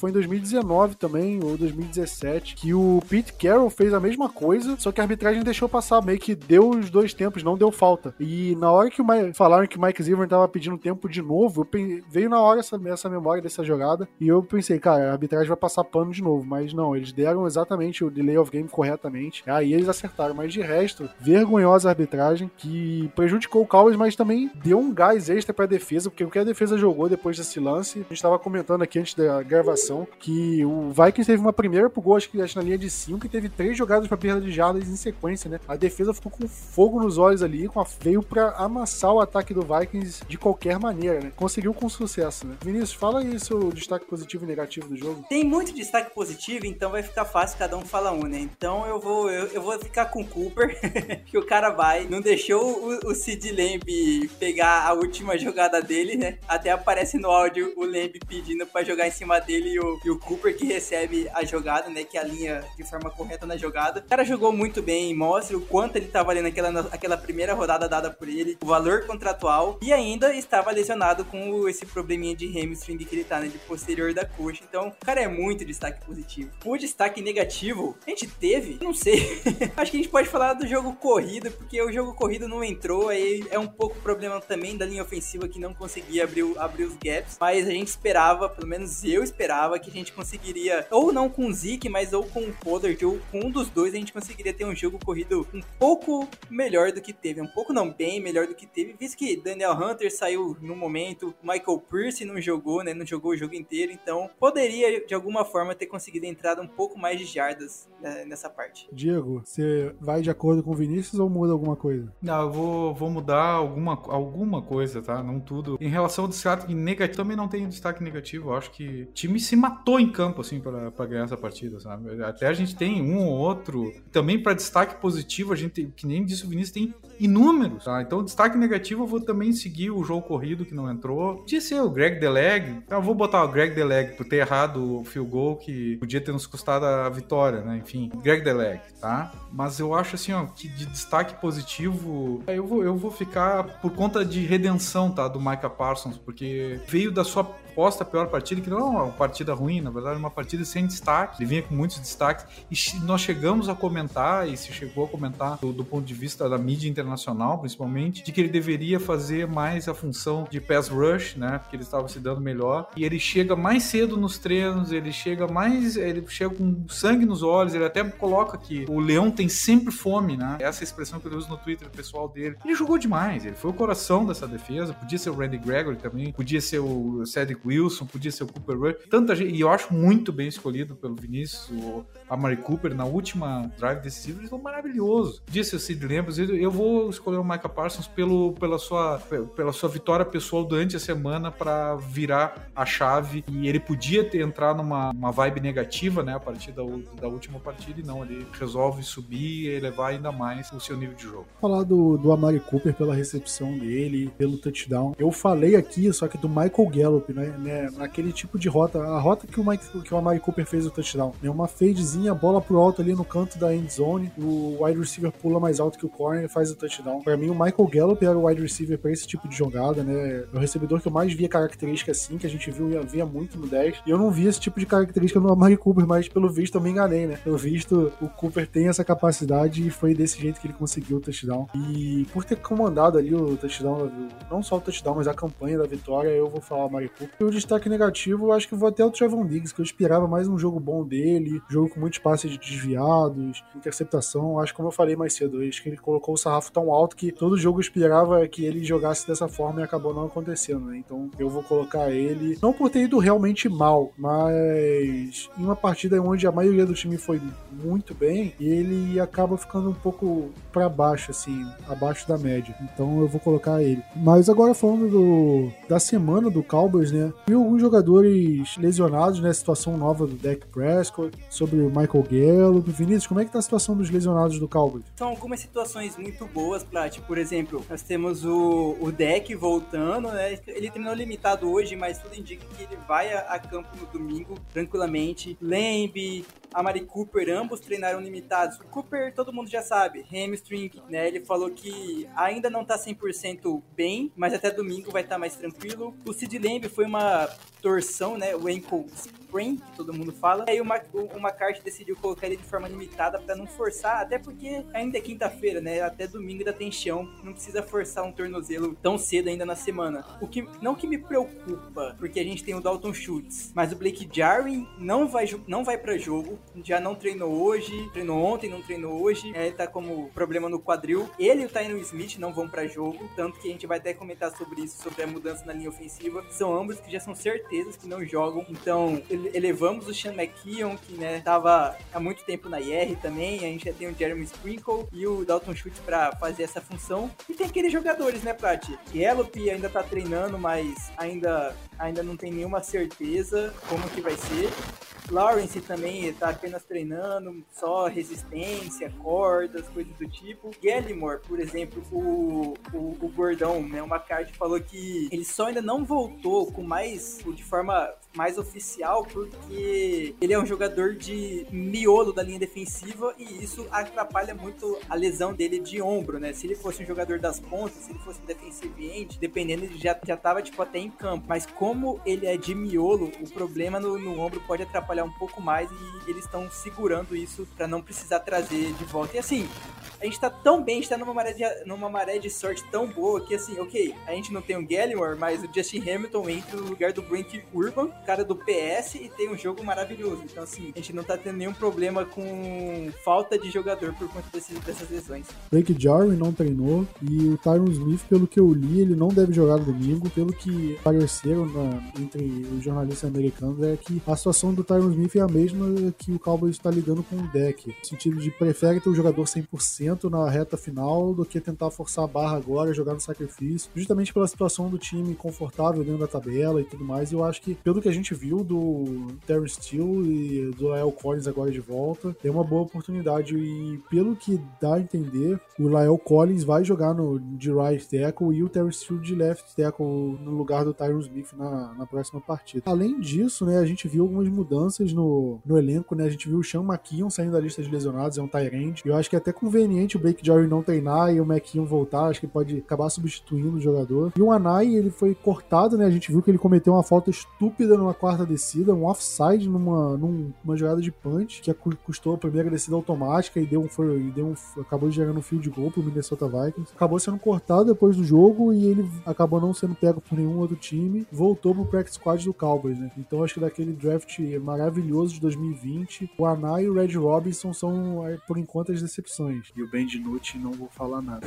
foi em dois mil e dezenove também, ou dois mil e dezessete, que o Pete Carroll fez a mesma coisa, só que a arbitragem deixou passar, meio que deu os dois tempos, não deu falta. E na hora que o Mike, falaram que o Mike Zimmer tava pedindo tempo de novo, eu pe... veio na hora essa, essa memória dessa jogada, e eu pensei, cara, a arbitragem vai passar pano de novo, mas não, eles deram exatamente o delay of game corretamente, aí eles acertaram, mas de resto, vergonhosa a arbitragem, que prejudicou o Cowboys, mas também deu um gás extra pra defesa, porque o que a defesa jogou depois desse lance, a gente tava comentando aqui antes da gravação, que o Vikings teve uma primeira pro gol, acho que na linha de cinco, e teve três jogadas pra perda de jardas em sequência, né? A defesa ficou com fogo nos olhos ali, com a... veio pra amassar o ataque do Vikings de qualquer maneira, né? Conseguiu com sucesso, né? Vinícius, fala aí seu destaque positivo e negativo do jogo. Tem muito destaque positivo, então vai ficar fácil, cada um fala um, né? Então eu vou, eu, eu vou ficar com o Cooper, que o cara vai, não deixou o, o Sid Lamb pegar a última jogada dele, né? Até aparece no áudio o Lamb pedindo pra jogar em cima dele e o, e o Cooper que recebe a jogada, né? Que alinha de forma correta na jogada. O cara jogou muito bem, mostra o quanto ele tá valendo aquela, aquela primeira rodada dada por ele, o valor contratual, e ainda estava lesionado com esse probleminha de hamstring que ele tá, né? De posterior da coxa. Então, o cara é muito destaque positivo. O destaque negativo, a gente teve, não sei, acho que a gente pode falar do jogo corrido, porque o jogo corrido não entrou, aí é um pouco problema também da linha ofensiva que não conseguia abrir, abrir os gaps, mas a gente esperava, pelo menos eu esperava, que a gente conseguiria, ou não com o Zeke, mas ou com o Pollard, ou com um dos dois, a gente conseguiria ter um jogo corrido um pouco melhor do que teve, um pouco não, bem melhor do que teve, visto que Daniel Hunter saiu no momento, Michael Pierce não jogou, né, não jogou o jogo inteiro, então poderia de alguma forma ter conseguido entrar um pouco mais de jardas, né, nessa parte. Diego, você vai de acordo com o Vinícius ou muda alguma coisa? Não, eu vou, vou mudar alguma, alguma coisa, tá? Não tudo. Em relação ao destaque negativo, também não tenho destaque negativo. Eu acho que o time se matou em campo, assim, pra, pra ganhar essa partida, sabe? Até a gente tem um ou outro. Também pra destaque positivo, a gente tem, que nem disse o Vinícius, tem inúmeros, tá? Então, destaque negativo, eu vou também seguir o jogo corrido que não entrou. Podia ser o Greg Deleg. Então, eu vou botar o Greg Deleg por ter errado o field goal que podia ter nos custado a vitória, né? Enfim, Greg Deleg, tá? Mas eu acho assim, ó, que de destaque positivo, eu vou, eu vou ficar por conta de redenção, tá? Do Micah Parsons, porque veio da sua posta pior partida, que não é uma partida ruim, na verdade é uma partida sem destaque, ele vinha com muitos destaques, e nós chegamos a comentar, e se chegou a comentar do, do ponto de vista da mídia internacional, principalmente, de que ele deveria fazer mais a função de pass rush, né? Porque ele estava se dando melhor, e ele chega mais cedo nos treinos, ele chega mais, ele chega com sangue nos olhos, ele até coloca que o leão tem sempre fome, né? Essa expressão que ele usa no Twitter pessoal dele. Ele jogou demais, ele foi o coração dessa defesa, podia ser o Randy Gregory também, podia ser o Cedric Wilson, podia ser o Cooper Rush, tanta gente, e eu acho muito bem escolhido pelo Vinícius, o Amari Cooper, na última drive decisiva, ele foi maravilhoso. Podia ser o Sid Lamb, eu vou escolher o Micah Parsons pelo, pela, sua, pela sua vitória pessoal durante a semana para virar a chave, e ele podia ter entrar numa uma vibe negativa, né, a partir da, da última partida, e não, ele resolve subir e elevar ainda mais o seu nível de jogo. Vou falar do, do Amari Cooper pela recepção dele, pelo touchdown. Eu falei aqui, só que do Michael Gallup, né, né naquele tipo de rota, a rota que o, Mike, que o Amari Cooper fez o touchdown, é uma fadezinha, bola pro alto ali no canto da end zone, o wide receiver pula mais alto que o corner e faz o touchdown. Pra mim, o Michael Gallup era o wide receiver pra esse tipo de jogada, né, é o recebedor que eu mais via característica assim, que a gente viu e via muito no dez, e eu não via esse tipo de característica no Amari Cooper, mas pelo visto eu me enganei, né, pelo visto o Cooper tem essa capacidade e foi desse jeito que ele conseguiu o touchdown. E por ter comandado ali o touchdown, não só o touchdown, mas a campanha da vitória, eu vou falar o Amari Cooper. E o destaque negativo, eu acho que vou até o Trevon Diggs, que eu esperava mais um jogo bom dele, jogo com muitos passes desviados, interceptação. Acho que, como eu falei mais cedo, acho que ele colocou o sarrafo tão alto que todo jogo eu esperava que ele jogasse dessa forma e acabou não acontecendo, né? Então eu vou colocar ele, não por ter ido realmente mal, mas em uma partida onde a maioria do time foi muito bem, e ele acaba ficando um pouco pra baixo, assim, abaixo da média. Então eu vou colocar ele. Mas agora falando do, da semana do Cowboys, né? E alguns jogadores lesionados, né? Situação nova do Dak Prescott, sobre o Michael Gallup. Vinícius, como é que tá a situação dos lesionados do Cowboys? São algumas situações muito boas, Plat. Por exemplo, nós temos o, o Dak voltando, né? Ele terminou limitado hoje, mas tudo indica que ele vai a, a campo no domingo, tranquilamente. Lamb, Amari Cooper, ambos treinaram limitados. O Cooper, todo mundo já sabe, hamstring, né? Ele falou que ainda não tá cem por cento bem, mas até domingo vai estar tá mais tranquilo. O Sid Lamb foi uma torção, né? O ankle Spring, que todo mundo fala. Aí o, Ma- o, o McCarthy decidiu colocar ele de forma limitada pra não forçar, até porque ainda é quinta-feira, né? Até domingo ainda tem chão, não precisa forçar um tornozelo tão cedo ainda na semana. O que não que me preocupa, porque a gente tem o Dalton Schultz, mas o Blake Jarwin não vai, ju- não vai pra jogo, já não treinou hoje, treinou ontem, não treinou hoje, é, tá como problema no quadril. Ele e o Tyron Smith não vão pra jogo, tanto que a gente vai até comentar sobre isso, sobre a mudança na linha ofensiva. São ambos que já são certezas que não jogam, então ele- elevamos o Sean McKeon, que né, tava há muito tempo na I R também, a gente já tem o Jeremy Sprinkle e o Dalton Schultz pra fazer essa função. E tem aqueles jogadores, né, Prati? Gallup ainda tá treinando, mas ainda, ainda não tem nenhuma certeza como que vai ser. Lawrence também tá apenas treinando, só resistência, cordas, coisas do tipo. Gallimore, por exemplo, o, o, o gordão, né, o McCarthy falou que ele só ainda não voltou com mais, de forma mais oficial, porque ele é um jogador de miolo da linha defensiva e isso atrapalha muito a lesão dele de ombro, né? Se ele fosse um jogador das pontas, se ele fosse um defensive end, dependendo, ele já, já tava, tipo, até em campo. Mas como ele é de miolo, o problema no, no ombro pode atrapalhar um pouco mais e eles estão segurando isso pra não precisar trazer de volta. E assim, a gente tá tão bem, a gente tá numa maré de, numa maré de sorte tão boa que assim, ok, a gente não tem o Gallimore, mas o Justin Hamilton entra no lugar do Brent Urban, cara do P S, e tem um jogo maravilhoso. Então assim, a gente não tá tendo nenhum problema com falta de jogador por conta desse, dessas lesões. Blake Jarwin não treinou e o Tyron Smith, pelo que eu li, ele não deve jogar no domingo. Pelo que apareceram na, entre os jornalistas americanos é que a situação do Tyron Smith é a mesma que o Cowboys está lidando com o deck, no sentido de prefere ter o jogador cem por cento na reta final do que tentar forçar a barra agora, jogar no sacrifício, justamente pela situação do time confortável dentro da tabela e tudo mais. E eu acho que, pelo que a gente viu do Terry Steele e do Lael Collins agora de volta, é uma boa oportunidade. E pelo que dá a entender, o Lael Collins vai jogar no, de right tackle e o Terry Steele de left tackle no lugar do Tyron Smith na, na próxima partida. Além disso, né, a gente viu algumas mudanças no, no elenco, né? A gente viu o Sean McKeon saindo da lista de lesionados, é um tight end. Eu acho que é até conveniente o Blake Jarwin não treinar e o McKeon voltar, acho que pode acabar substituindo o jogador. E o Anai, ele foi cortado, né? A gente viu que ele cometeu uma falta estúpida numa quarta descida, um offside numa, numa jogada de punch, que custou a primeira descida automática e deu um, foi, e deu um, acabou gerando um field goal pro Minnesota Vikings. Acabou sendo cortado depois do jogo e ele acabou não sendo pego por nenhum outro time, voltou pro practice squad do Cowboys, né? Então acho que daquele draft maravilhoso de dois mil e vinte, o Anai e o Red Robinson são, por enquanto, as decepções. E o Ben DiNucci não vou falar nada.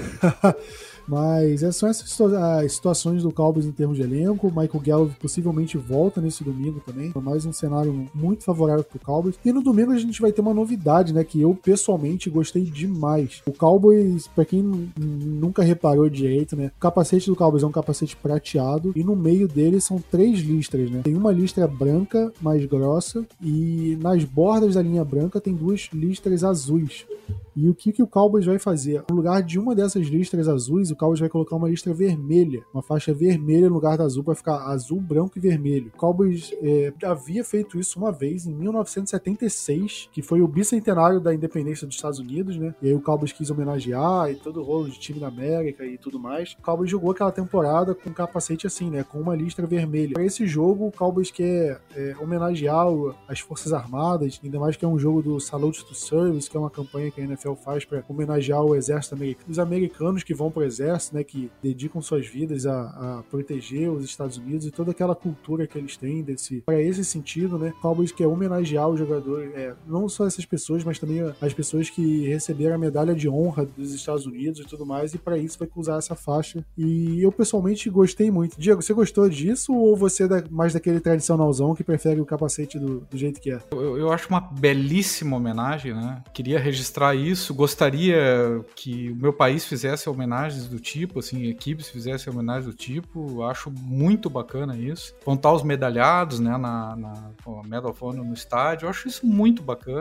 Mas são essas situa- situações do Cowboys em termos de elenco. O Michael Gallup possivelmente volta nesse domingo também. Mais um cenário muito favorável pro Cowboys. E no domingo a gente vai ter uma novidade, né? Que eu pessoalmente gostei demais. O Cowboys, pra quem n- nunca reparou direito, né? O capacete do Cowboys é um capacete prateado e no meio dele são três listras, né? Tem uma listra branca mais grossa e nas bordas da linha branca tem duas listras azuis. E o que, que o Cowboys vai fazer? No lugar de uma dessas listras azuis, o Cowboys vai colocar uma listra vermelha. Uma faixa vermelha no lugar da azul, para ficar azul, branco e vermelho. O Cowboys é, havia feito isso uma vez, em mil novecentos e setenta e seis, que foi o bicentenário da independência dos Estados Unidos, né? E aí o Cowboys quis homenagear e todo o rolo de time da América e tudo mais. O Cowboys jogou aquela temporada com um capacete assim, né? Com uma listra vermelha. Para esse jogo, o Cowboys quer é, homenagear o, as Forças Armadas, ainda mais que é um jogo do Salute to Service, que é uma campanha que a N F L faz para homenagear o exército americano, os americanos que vão para o exército, né, que dedicam suas vidas a, a proteger os Estados Unidos e toda aquela cultura que eles têm desse, para esse sentido, né, o Cowboys quer homenagear o jogador, é, não só essas pessoas, mas também as pessoas que receberam a medalha de honra dos Estados Unidos e tudo mais, e para isso vai usar essa faixa. E eu pessoalmente gostei muito. Diego, você gostou disso ou você é da, mais daquele tradicionalzão que prefere o capacete do, do jeito que é? Eu, eu acho uma belíssima homenagem, né? Queria registrar isso, gostaria que o meu país fizesse homenagens do tipo, assim, equipes fizessem homenagens do tipo, acho muito bacana isso. Contar os medalhados, né, na, na Medal of Honor no estádio, eu acho isso muito bacana.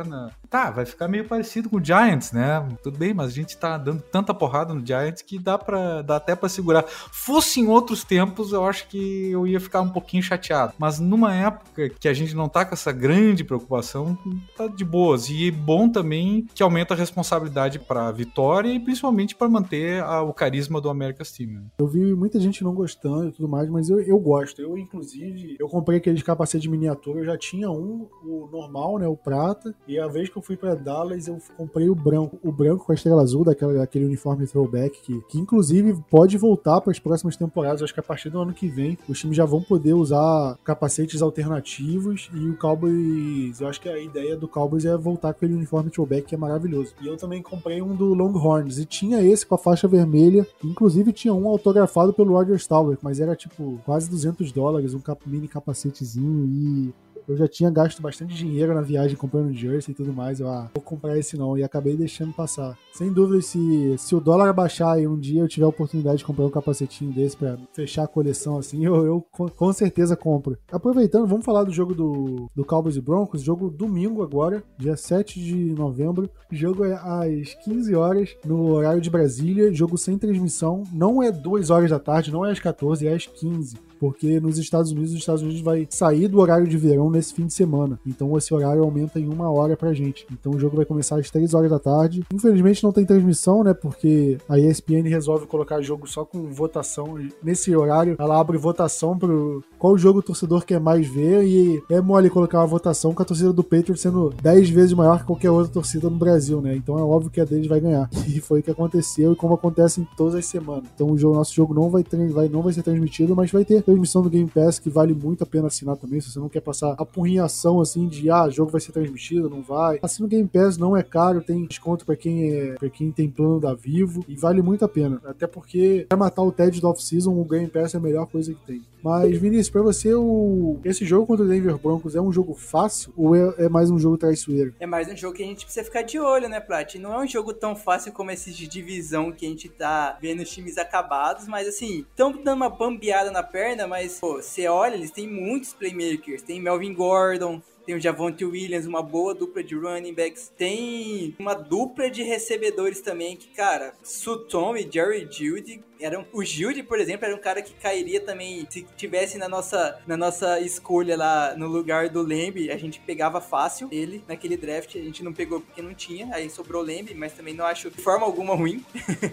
tá, vai ficar meio parecido com o Giants, né? Tudo bem, mas a gente tá dando tanta porrada no Giants que dá, pra, dá até pra segurar. Fosse em outros tempos, eu acho que eu ia ficar um pouquinho chateado. Mas numa época que a gente não tá com essa grande preocupação, tá de boas. E é bom também que aumenta a responsabilidade pra vitória e principalmente pra manter a, o carisma do America's Team. Né? Eu vi muita gente não gostando e tudo mais, mas eu, eu gosto. Eu, inclusive, eu comprei aqueles capacete de miniatura, eu já tinha um, o normal, né, o prata, e a vez que eu fui pra Dallas, eu comprei o branco. O branco com a estrela azul, daquela, daquele uniforme throwback, que, que inclusive pode voltar para as próximas temporadas. Acho que a partir do ano que vem, os times já vão poder usar capacetes alternativos, e o Cowboys, eu acho que a ideia do Cowboys é voltar com aquele uniforme throwback, que é maravilhoso. E eu também comprei um do Longhorns, e tinha esse com a faixa vermelha, inclusive tinha um autografado pelo Roger Staubach, mas era tipo quase duzentos dólares, um cap- mini capacetezinho, e eu já tinha gasto bastante dinheiro na viagem comprando jersey e tudo mais. Eu, ah, vou comprar esse não, e acabei deixando passar. Sem dúvida, se, se o dólar baixar e um dia eu tiver a oportunidade de comprar um capacetinho desse pra fechar a coleção assim, eu, eu com, com certeza compro. Aproveitando, vamos falar do jogo do, do Cowboys e Broncos. Jogo domingo agora, dia sete de novembro. Jogo é às quinze horas no horário de Brasília. Jogo sem transmissão. Não é duas horas da tarde, não é às quatorze, é às quinze. Porque nos Estados Unidos, os Estados Unidos vai sair do horário de verão nesse fim de semana. Então esse horário aumenta em uma hora pra gente. Então o jogo vai começar às três horas da tarde. Infelizmente não tem transmissão, né? Porque a E S P N resolve colocar jogo só com votação. Nesse horário, ela abre votação pro qual jogo o torcedor quer mais ver. E é mole colocar uma votação com a torcida do Patriots sendo dez vezes maior que qualquer outra torcida no Brasil, né? Então é óbvio que a deles vai ganhar. E foi o que aconteceu, e como acontece em todas as semanas. Então o jogo, nosso jogo não vai, vai, não vai ser transmitido, mas vai ter transmissão do Game Pass, que vale muito a pena assinar também, se você não quer passar a porrinhação assim de, ah, o jogo vai ser transmitido, não vai. Assina o Game Pass, não é caro, tem desconto pra quem é, pra quem tem plano da Vivo, e vale muito a pena, até porque vai matar o T E D do off-season, o Game Pass é a melhor coisa que tem. Mas, Vinícius, pra você, o... esse jogo contra o Denver Broncos é um jogo fácil ou é, é mais um jogo traiçoeiro? É mais um jogo que a gente precisa ficar de olho, né, Plat? Não é um jogo tão fácil como esse de divisão que a gente tá vendo os times acabados, mas assim, estão dando uma bambeada na perna, mas, pô, você olha, eles têm muitos playmakers. Tem Melvin Gordon, tem o Javonte Williams, uma boa dupla de running backs. Tem uma dupla de recebedores também que, cara, Sutton e Jerry Jeudy eram... O Jeudy, por exemplo, era um cara que cairia também, se tivesse na nossa, na nossa escolha lá no lugar do Lamb, a gente pegava fácil ele naquele draft. A gente não pegou porque não tinha, aí sobrou o Lamb, mas também não acho de forma alguma ruim.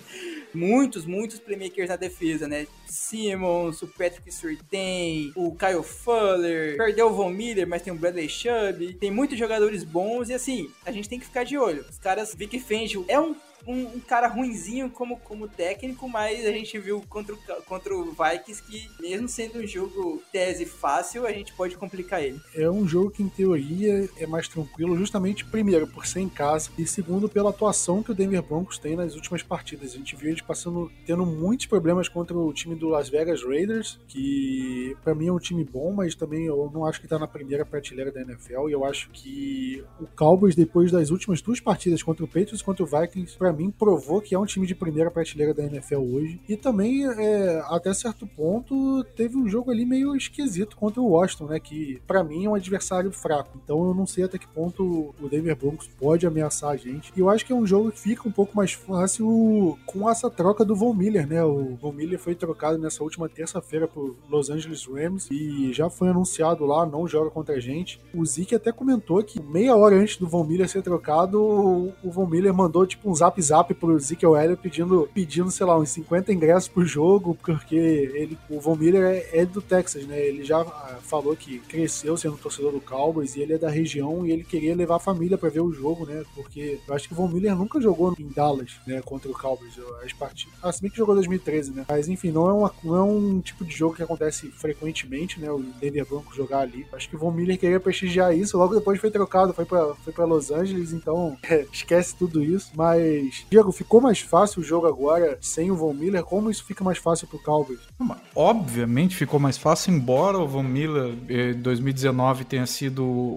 muitos, muitos playmakers na defesa, né? Simmons, o Patrick Surtain, o Kyle Fuller, perdeu o Von Miller, mas tem o Bradley Chubb, tem muitos jogadores bons, e assim, a gente tem que ficar de olho. Os caras, Vic Fangio é um Um, um cara ruinzinho como, como técnico, mas a gente viu contra o, contra o Vikings que, mesmo sendo um jogo tese fácil, a gente pode complicar ele. É um jogo que, em teoria, é mais tranquilo, justamente, primeiro, por ser em casa, e segundo, pela atuação que o Denver Broncos tem nas últimas partidas. A gente viu eles passando, tendo muitos problemas contra o time do Las Vegas Raiders, que pra mim é um time bom, mas também eu não acho que tá na primeira prateleira da N F L, e eu acho que o Cowboys, depois das últimas duas partidas contra o Patriots e contra o Vikings, pra mim provou que é um time de primeira prateleira da N F L hoje. E também, é, até certo ponto, teve um jogo ali meio esquisito contra o Washington, né? Que pra mim é um adversário fraco. Então eu não sei até que ponto o Denver Broncos pode ameaçar a gente. E eu acho que é um jogo que fica um pouco mais fácil com essa troca do Von Miller, né? O Von Miller foi trocado nessa última terça-feira pro Los Angeles Rams e já foi anunciado lá, não joga contra a gente. O Zeke até comentou que meia hora antes do Von Miller ser trocado, o Von Miller mandou tipo um zap zap pro Ezekiel Elliott pedindo, pedindo, sei lá, uns cinquenta ingressos pro jogo, porque ele, o Von Miller é, é do Texas, né? Ele já falou que cresceu sendo torcedor do Cowboys e ele é da região e ele queria levar a família pra ver o jogo, né? Porque eu acho que o Von Miller nunca jogou em Dallas, né? Contra o Cowboys, as partidas. Ah, se bem que jogou em dois mil e treze, né? Mas enfim, não é, uma, não é um tipo de jogo que acontece frequentemente, né? O Denver Broncos jogar ali. Acho que o Von Miller queria prestigiar isso, logo depois foi trocado, foi pra, foi pra Los Angeles, então é, esquece tudo isso. Mas, Diego, ficou mais fácil o jogo agora sem o Von Miller? Como isso fica mais fácil pro Cowboys? Obviamente ficou mais fácil, embora o Von Miller em dois mil e dezenove tenha sido o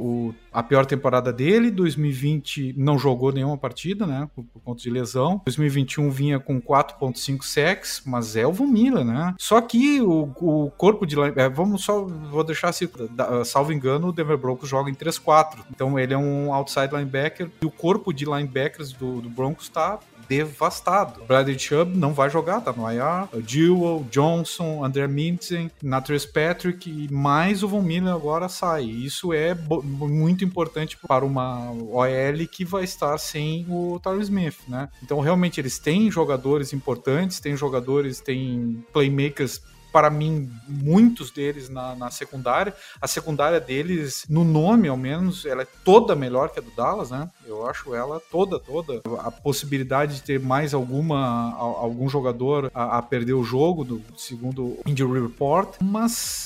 a pior temporada dele. dois mil e vinte não jogou nenhuma partida, né, por, por conta de lesão. dois mil e vinte e um vinha com quatro ponto cinco sacks, mas é o Von Miller, né? Só que o, o corpo de... É, vamos só... Vou deixar assim, da, salvo engano, o Denver Broncos joga em três quatro. Então ele é um outside linebacker e o corpo de linebackers do, do Broncos tá devastado. Bradley Chubb não vai jogar, tá no I R. Jewell, Johnson, André Mintzen, Natrez Patrick e mais o Von Miller agora sai. Isso é bo- muito importante para uma O L que vai estar sem o Tyron Smith, né? Então realmente eles têm jogadores importantes, têm jogadores, têm playmakers, para mim, muitos deles na, na secundária. A secundária deles, no nome ao menos, ela é toda melhor que a do Dallas, né? Eu acho ela toda, toda. A possibilidade de ter mais alguma, algum jogador a, a perder o jogo, do, segundo o Injury Report, mas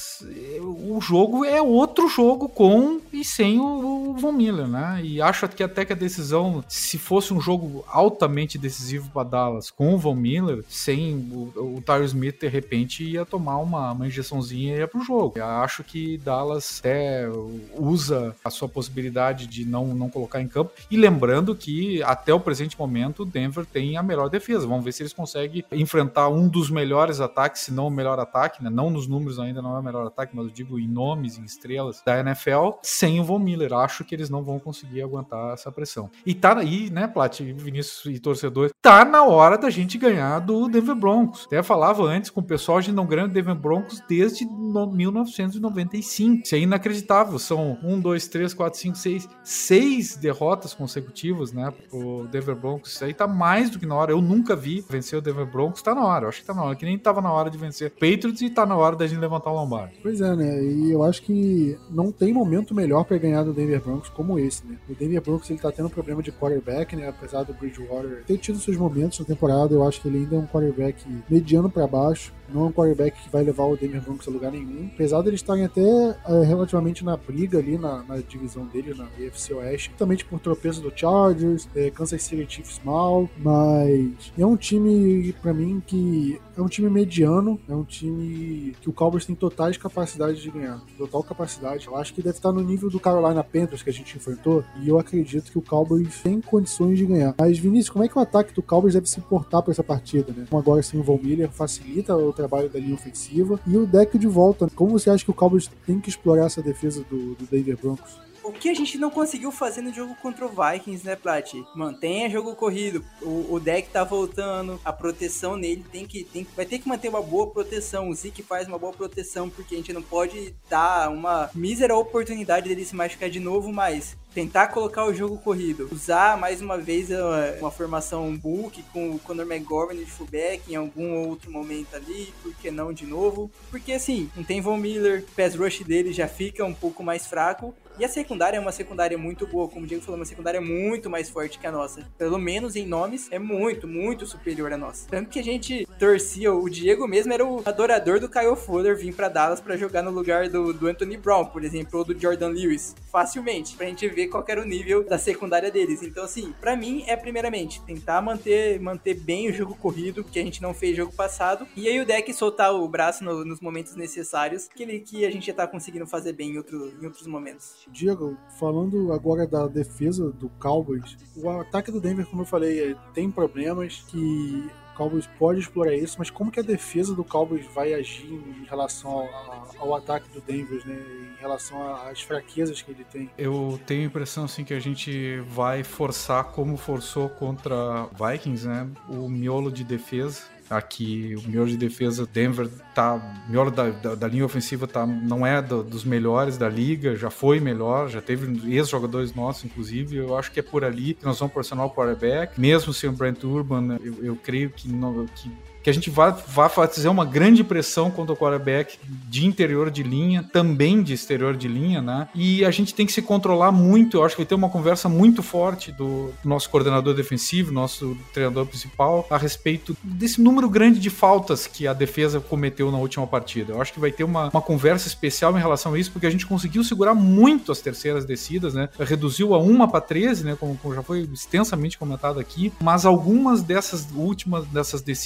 o jogo é outro jogo com e sem o, o Von Miller, né? E acho que até que a decisão, se fosse um jogo altamente decisivo para Dallas com o Von Miller, sem o, o Tyron Smith, de repente ia tomar uma, uma injeçãozinha e ia pro jogo. Eu acho que Dallas até usa a sua possibilidade de não, não colocar em campo, e lembrando que até o presente momento o Denver tem a melhor defesa. Vamos ver se eles conseguem enfrentar um dos melhores ataques, se não o melhor ataque, né? Não nos números ainda não é o melhor ataque, mas eu digo em nomes, em estrelas da N F L, sem o Von Miller. Acho que eles não vão conseguir aguentar essa pressão. E tá aí, né, Plat, Vinícius e torcedores, tá na hora da gente ganhar do Denver Broncos. Até falava antes com o pessoal, a gente não ganha do Denver Broncos desde mil novecentos e noventa e cinco. Isso é inacreditável. São um, dois, três, quatro, cinco, seis, seis derrotas consecutivas, né, pro Denver Broncos. Isso aí tá mais do que na hora. Eu nunca vi vencer o Denver Broncos. Tá na hora. Eu acho que tá na hora. Que nem tava na hora de vencer Patriots e tá na hora da gente levantar o Lombardi. Pois é, né? E eu acho que não tem momento melhor pra ganhar do Denver Broncos como esse, né? O Denver Broncos, ele tá tendo problema de quarterback, né? Apesar do Bridgewater ter tido seus momentos na temporada, eu acho que ele ainda é um quarterback mediano pra baixo. Não é um quarterback que vai levar o Denver Broncos a lugar nenhum. Apesar de eles estarem até é, relativamente na briga ali na, na divisão dele, na A F C Oeste, também por tropeço do Chargers, é, Kansas City Chiefs mal, mas é um time, pra mim, que é um time mediano, é um time que o Cowboys tem totais capacidade de ganhar, total capacidade. Eu acho que deve estar no nível do Carolina Panthers que a gente enfrentou, e eu acredito que o Cowboys tem condições de ganhar. Mas, Vinícius, como é que o ataque do Cowboys deve se portar para essa partida, né? Como agora sem o Von Miller, facilita o trabalho da linha ofensiva, e o deck de volta. Como você acha que o Cowboys tem que explorar essa defesa do, do Denver Broncos? O que a gente não conseguiu fazer no jogo contra o Vikings, né, Plat? Mantenha jogo corrido, o, o deck tá voltando, a proteção nele tem que, tem, vai ter que manter uma boa proteção, o Zeke faz uma boa proteção, porque a gente não pode dar uma mísera oportunidade dele se machucar de novo, mas tentar colocar o jogo corrido, usar mais uma vez uma, uma formação bulk com o Conor McGovern de fullback em algum outro momento ali, por que não de novo? Porque assim, não tem Von Miller, o pass rush dele já fica um pouco mais fraco, e a secundária é uma secundária muito boa, como o Diego falou, uma secundária muito mais forte que a nossa. Pelo menos em nomes, é muito, muito superior à nossa. Tanto que a gente torcia, o Diego mesmo era o adorador do Kyle Fuller vir pra Dallas pra jogar no lugar do, do Anthony Brown, por exemplo, ou do Jordan Lewis, facilmente, pra gente ver qual era o nível da secundária deles. Então, assim, pra mim é primeiramente tentar manter, manter bem o jogo corrido, que a gente não fez jogo passado, e aí o deck soltar o braço no, nos momentos necessários, que, ele, que a gente já tá conseguindo fazer bem em, outro, em outros momentos. Diego, falando agora da defesa do Cowboys, o ataque do Denver, como eu falei, tem problemas que o Cowboys pode explorar isso, mas como que a defesa do Cowboys vai agir em relação ao, ao ataque do Denver, né? Em relação às fraquezas que ele tem? Eu tenho a impressão assim, que a gente vai forçar como forçou contra Vikings, né? O miolo de defesa. Aqui o miolo de defesa Denver tá, o miolo da, da, da linha ofensiva tá, não é do, dos melhores da liga, já foi melhor, já teve ex-jogadores nossos, inclusive. Eu acho que é por ali que nós vamos pressionar o quarterback, mesmo sem o Brent Urban. Eu, eu creio que, não, que que a gente vai, vai fazer uma grande pressão contra o quarterback de interior de linha, também de exterior de linha, né? E a gente tem que se controlar muito. Eu acho que vai ter uma conversa muito forte do nosso coordenador defensivo, nosso treinador principal, a respeito desse número grande de faltas que a defesa cometeu na última partida. Eu acho que vai ter uma, uma conversa especial em relação a isso, porque a gente conseguiu segurar muito as terceiras descidas, né? Reduziu a uma para treze, né? Como, como já foi extensamente comentado aqui, mas algumas dessas últimas, dessas descidas foram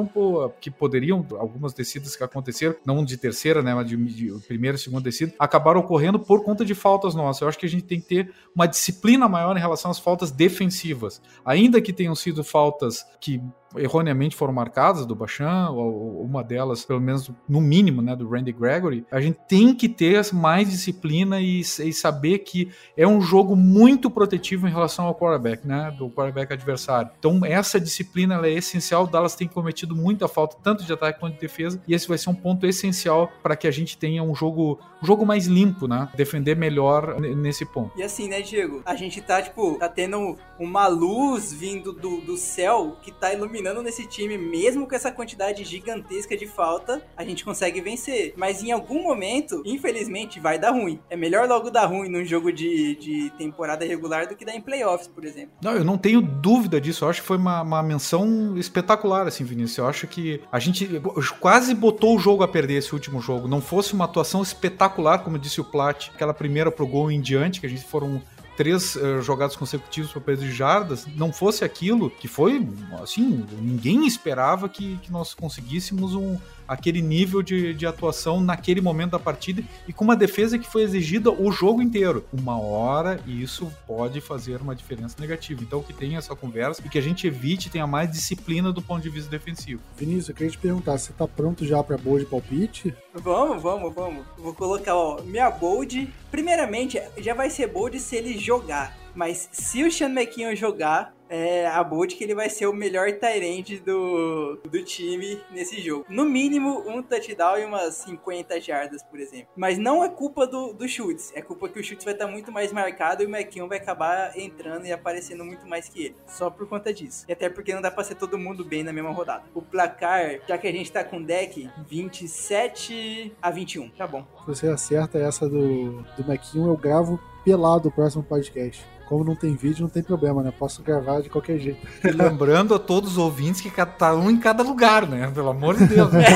campo, que poderiam, algumas descidas que aconteceram, não de terceira, né, mas de, de primeira e segunda descida, acabaram ocorrendo por conta de faltas nossas. Eu acho que a gente tem que ter uma disciplina maior em relação às faltas defensivas. Ainda que tenham sido faltas que erroneamente foram marcadas do Bachan, ou uma delas, pelo menos no mínimo, né, do Randy Gregory, a gente tem que ter mais disciplina e, e saber que é um jogo muito protetivo em relação ao quarterback, né, do quarterback adversário. Então essa disciplina ela é essencial. O Dallas tem cometido muita falta, tanto de ataque quanto de defesa, e esse vai ser um ponto essencial para que a gente tenha um jogo, um jogo mais limpo, né, defender melhor n- nesse ponto. E assim, né, Diego, a gente tá, tipo, tá tendo uma luz vindo do, do céu que tá iluminando nesse time, mesmo com essa quantidade gigantesca de falta, a gente consegue vencer. Mas em algum momento, infelizmente, vai dar ruim. É melhor logo dar ruim num jogo de, de temporada regular do que dar em playoffs, por exemplo. Não, eu não tenho dúvida disso. Eu acho que foi uma, uma menção espetacular, assim, Vinícius. Eu acho que a gente quase botou o jogo a perder esse último jogo. Não fosse uma atuação espetacular, como disse o Plat, aquela primeira pro gol em diante, que a gente foram três uh, jogadas consecutivas para perda de jardas, não fosse aquilo que foi, assim, ninguém esperava que, que nós conseguíssemos um, aquele nível de, de atuação naquele momento da partida e com uma defesa que foi exigida o jogo inteiro. Uma hora isso pode fazer uma diferença negativa. Então que tenha essa conversa e que a gente evite, tenha mais disciplina do ponto de vista defensivo. Vinícius, eu queria te perguntar, você tá pronto já pra boa de palpite? Vamos, vamos, vamos. Vou colocar, ó, minha bold. Primeiramente, já vai ser bold se ele jogar. Mas se o Sean McKeon jogar, é a bold que ele vai ser o melhor tight end do, do time nesse jogo. No mínimo, um touchdown e umas cinquenta jardas, por exemplo. Mas não é culpa do, do Schultz. É culpa que o Schultz vai estar muito mais marcado e o McKeon vai acabar entrando e aparecendo muito mais que ele. Só por conta disso. E até porque não dá pra ser todo mundo bem na mesma rodada. O placar, já que a gente tá com deck, vinte e sete a vinte e um. Tá bom. Se você acerta essa do, do McKeon, eu gravo pelado o próximo podcast. Como não tem vídeo, não tem problema, né? Posso gravar de qualquer jeito. E lembrando a todos os ouvintes que tá um em cada lugar, né? Pelo amor de Deus. Né?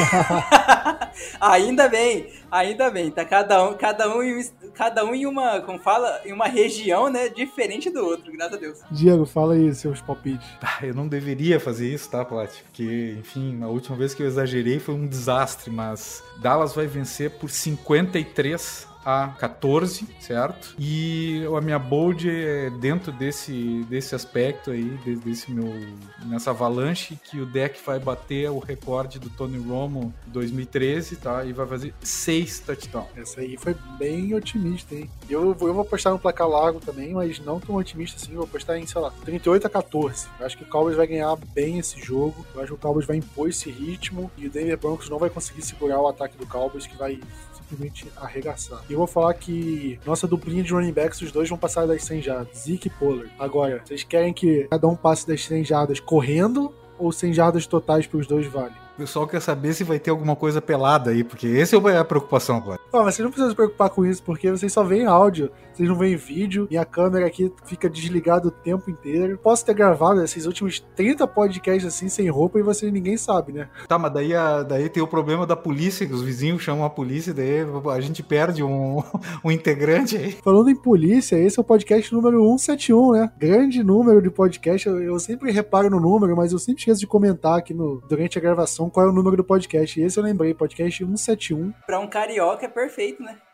Ainda bem, ainda bem. Tá cada um, cada um, em, cada um em uma, como fala, em uma região, né? Diferente do outro, graças a Deus. Diego, fala aí seus palpites. Ah, eu não deveria fazer isso, tá, Plat? Porque, enfim, a última vez que eu exagerei foi um desastre, mas Dallas vai vencer por cinquenta e três a quatorze, certo? E a minha bold é dentro desse, desse aspecto aí, desse meu, nessa avalanche, que o deck vai bater o recorde do Tony Romo dois mil e treze, tá? E vai fazer seis touchdowns. Essa aí foi bem otimista, hein? Eu vou, eu vou apostar no placar largo também, mas não tão otimista assim. Vou apostar em, sei lá, trinta e oito a quatorze. Eu acho que o Cowboys vai ganhar bem esse jogo. Eu acho que o Cowboys vai impor esse ritmo e o Denver Broncos não vai conseguir segurar o ataque do Cowboys, que vai simplesmente arregaçar. E eu vou falar que nossa duplinha de running backs, os dois vão passar das cem jardas. Zeke e Pollard. Agora, vocês querem que cada um passe das cem jardas correndo ou cem jardas totais para os dois vale? O pessoal quer saber se vai ter alguma coisa pelada aí, porque essa é a preocupação, claro. Ah, mas vocês não precisam se preocupar com isso, porque vocês só veem áudio, vocês não veem vídeo, e a câmera aqui fica desligada o tempo inteiro. Posso ter gravado esses últimos trinta podcasts assim, sem roupa, e vocês ninguém sabe, né? Tá, mas daí, a, daí tem o problema da polícia, que os vizinhos chamam a polícia, e daí a gente perde um, um integrante aí. Falando em polícia, esse é o podcast número cento e setenta e um, né? Grande número de podcast, eu, eu sempre reparo no número, mas eu sempre esqueço de comentar aqui no, durante a gravação qual é o número do podcast. E esse eu lembrei, podcast cento e setenta e um. Pra um carioca é perfeito, né?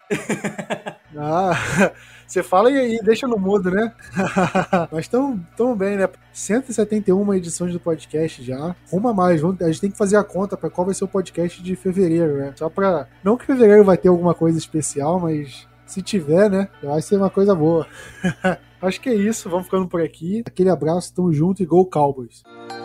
Ah, você fala e, e deixa no mudo, né? Mas tão, tão bem, né? cento e setenta e uma edições do podcast já. Uma a mais. Vamos, a gente tem que fazer a conta pra qual vai ser o podcast de fevereiro, né? Só pra... Não que fevereiro vai ter alguma coisa especial, mas se tiver, né? Vai ser uma coisa boa. Acho que é isso. Vamos ficando por aqui. Aquele abraço, tamo junto e Go Cowboys!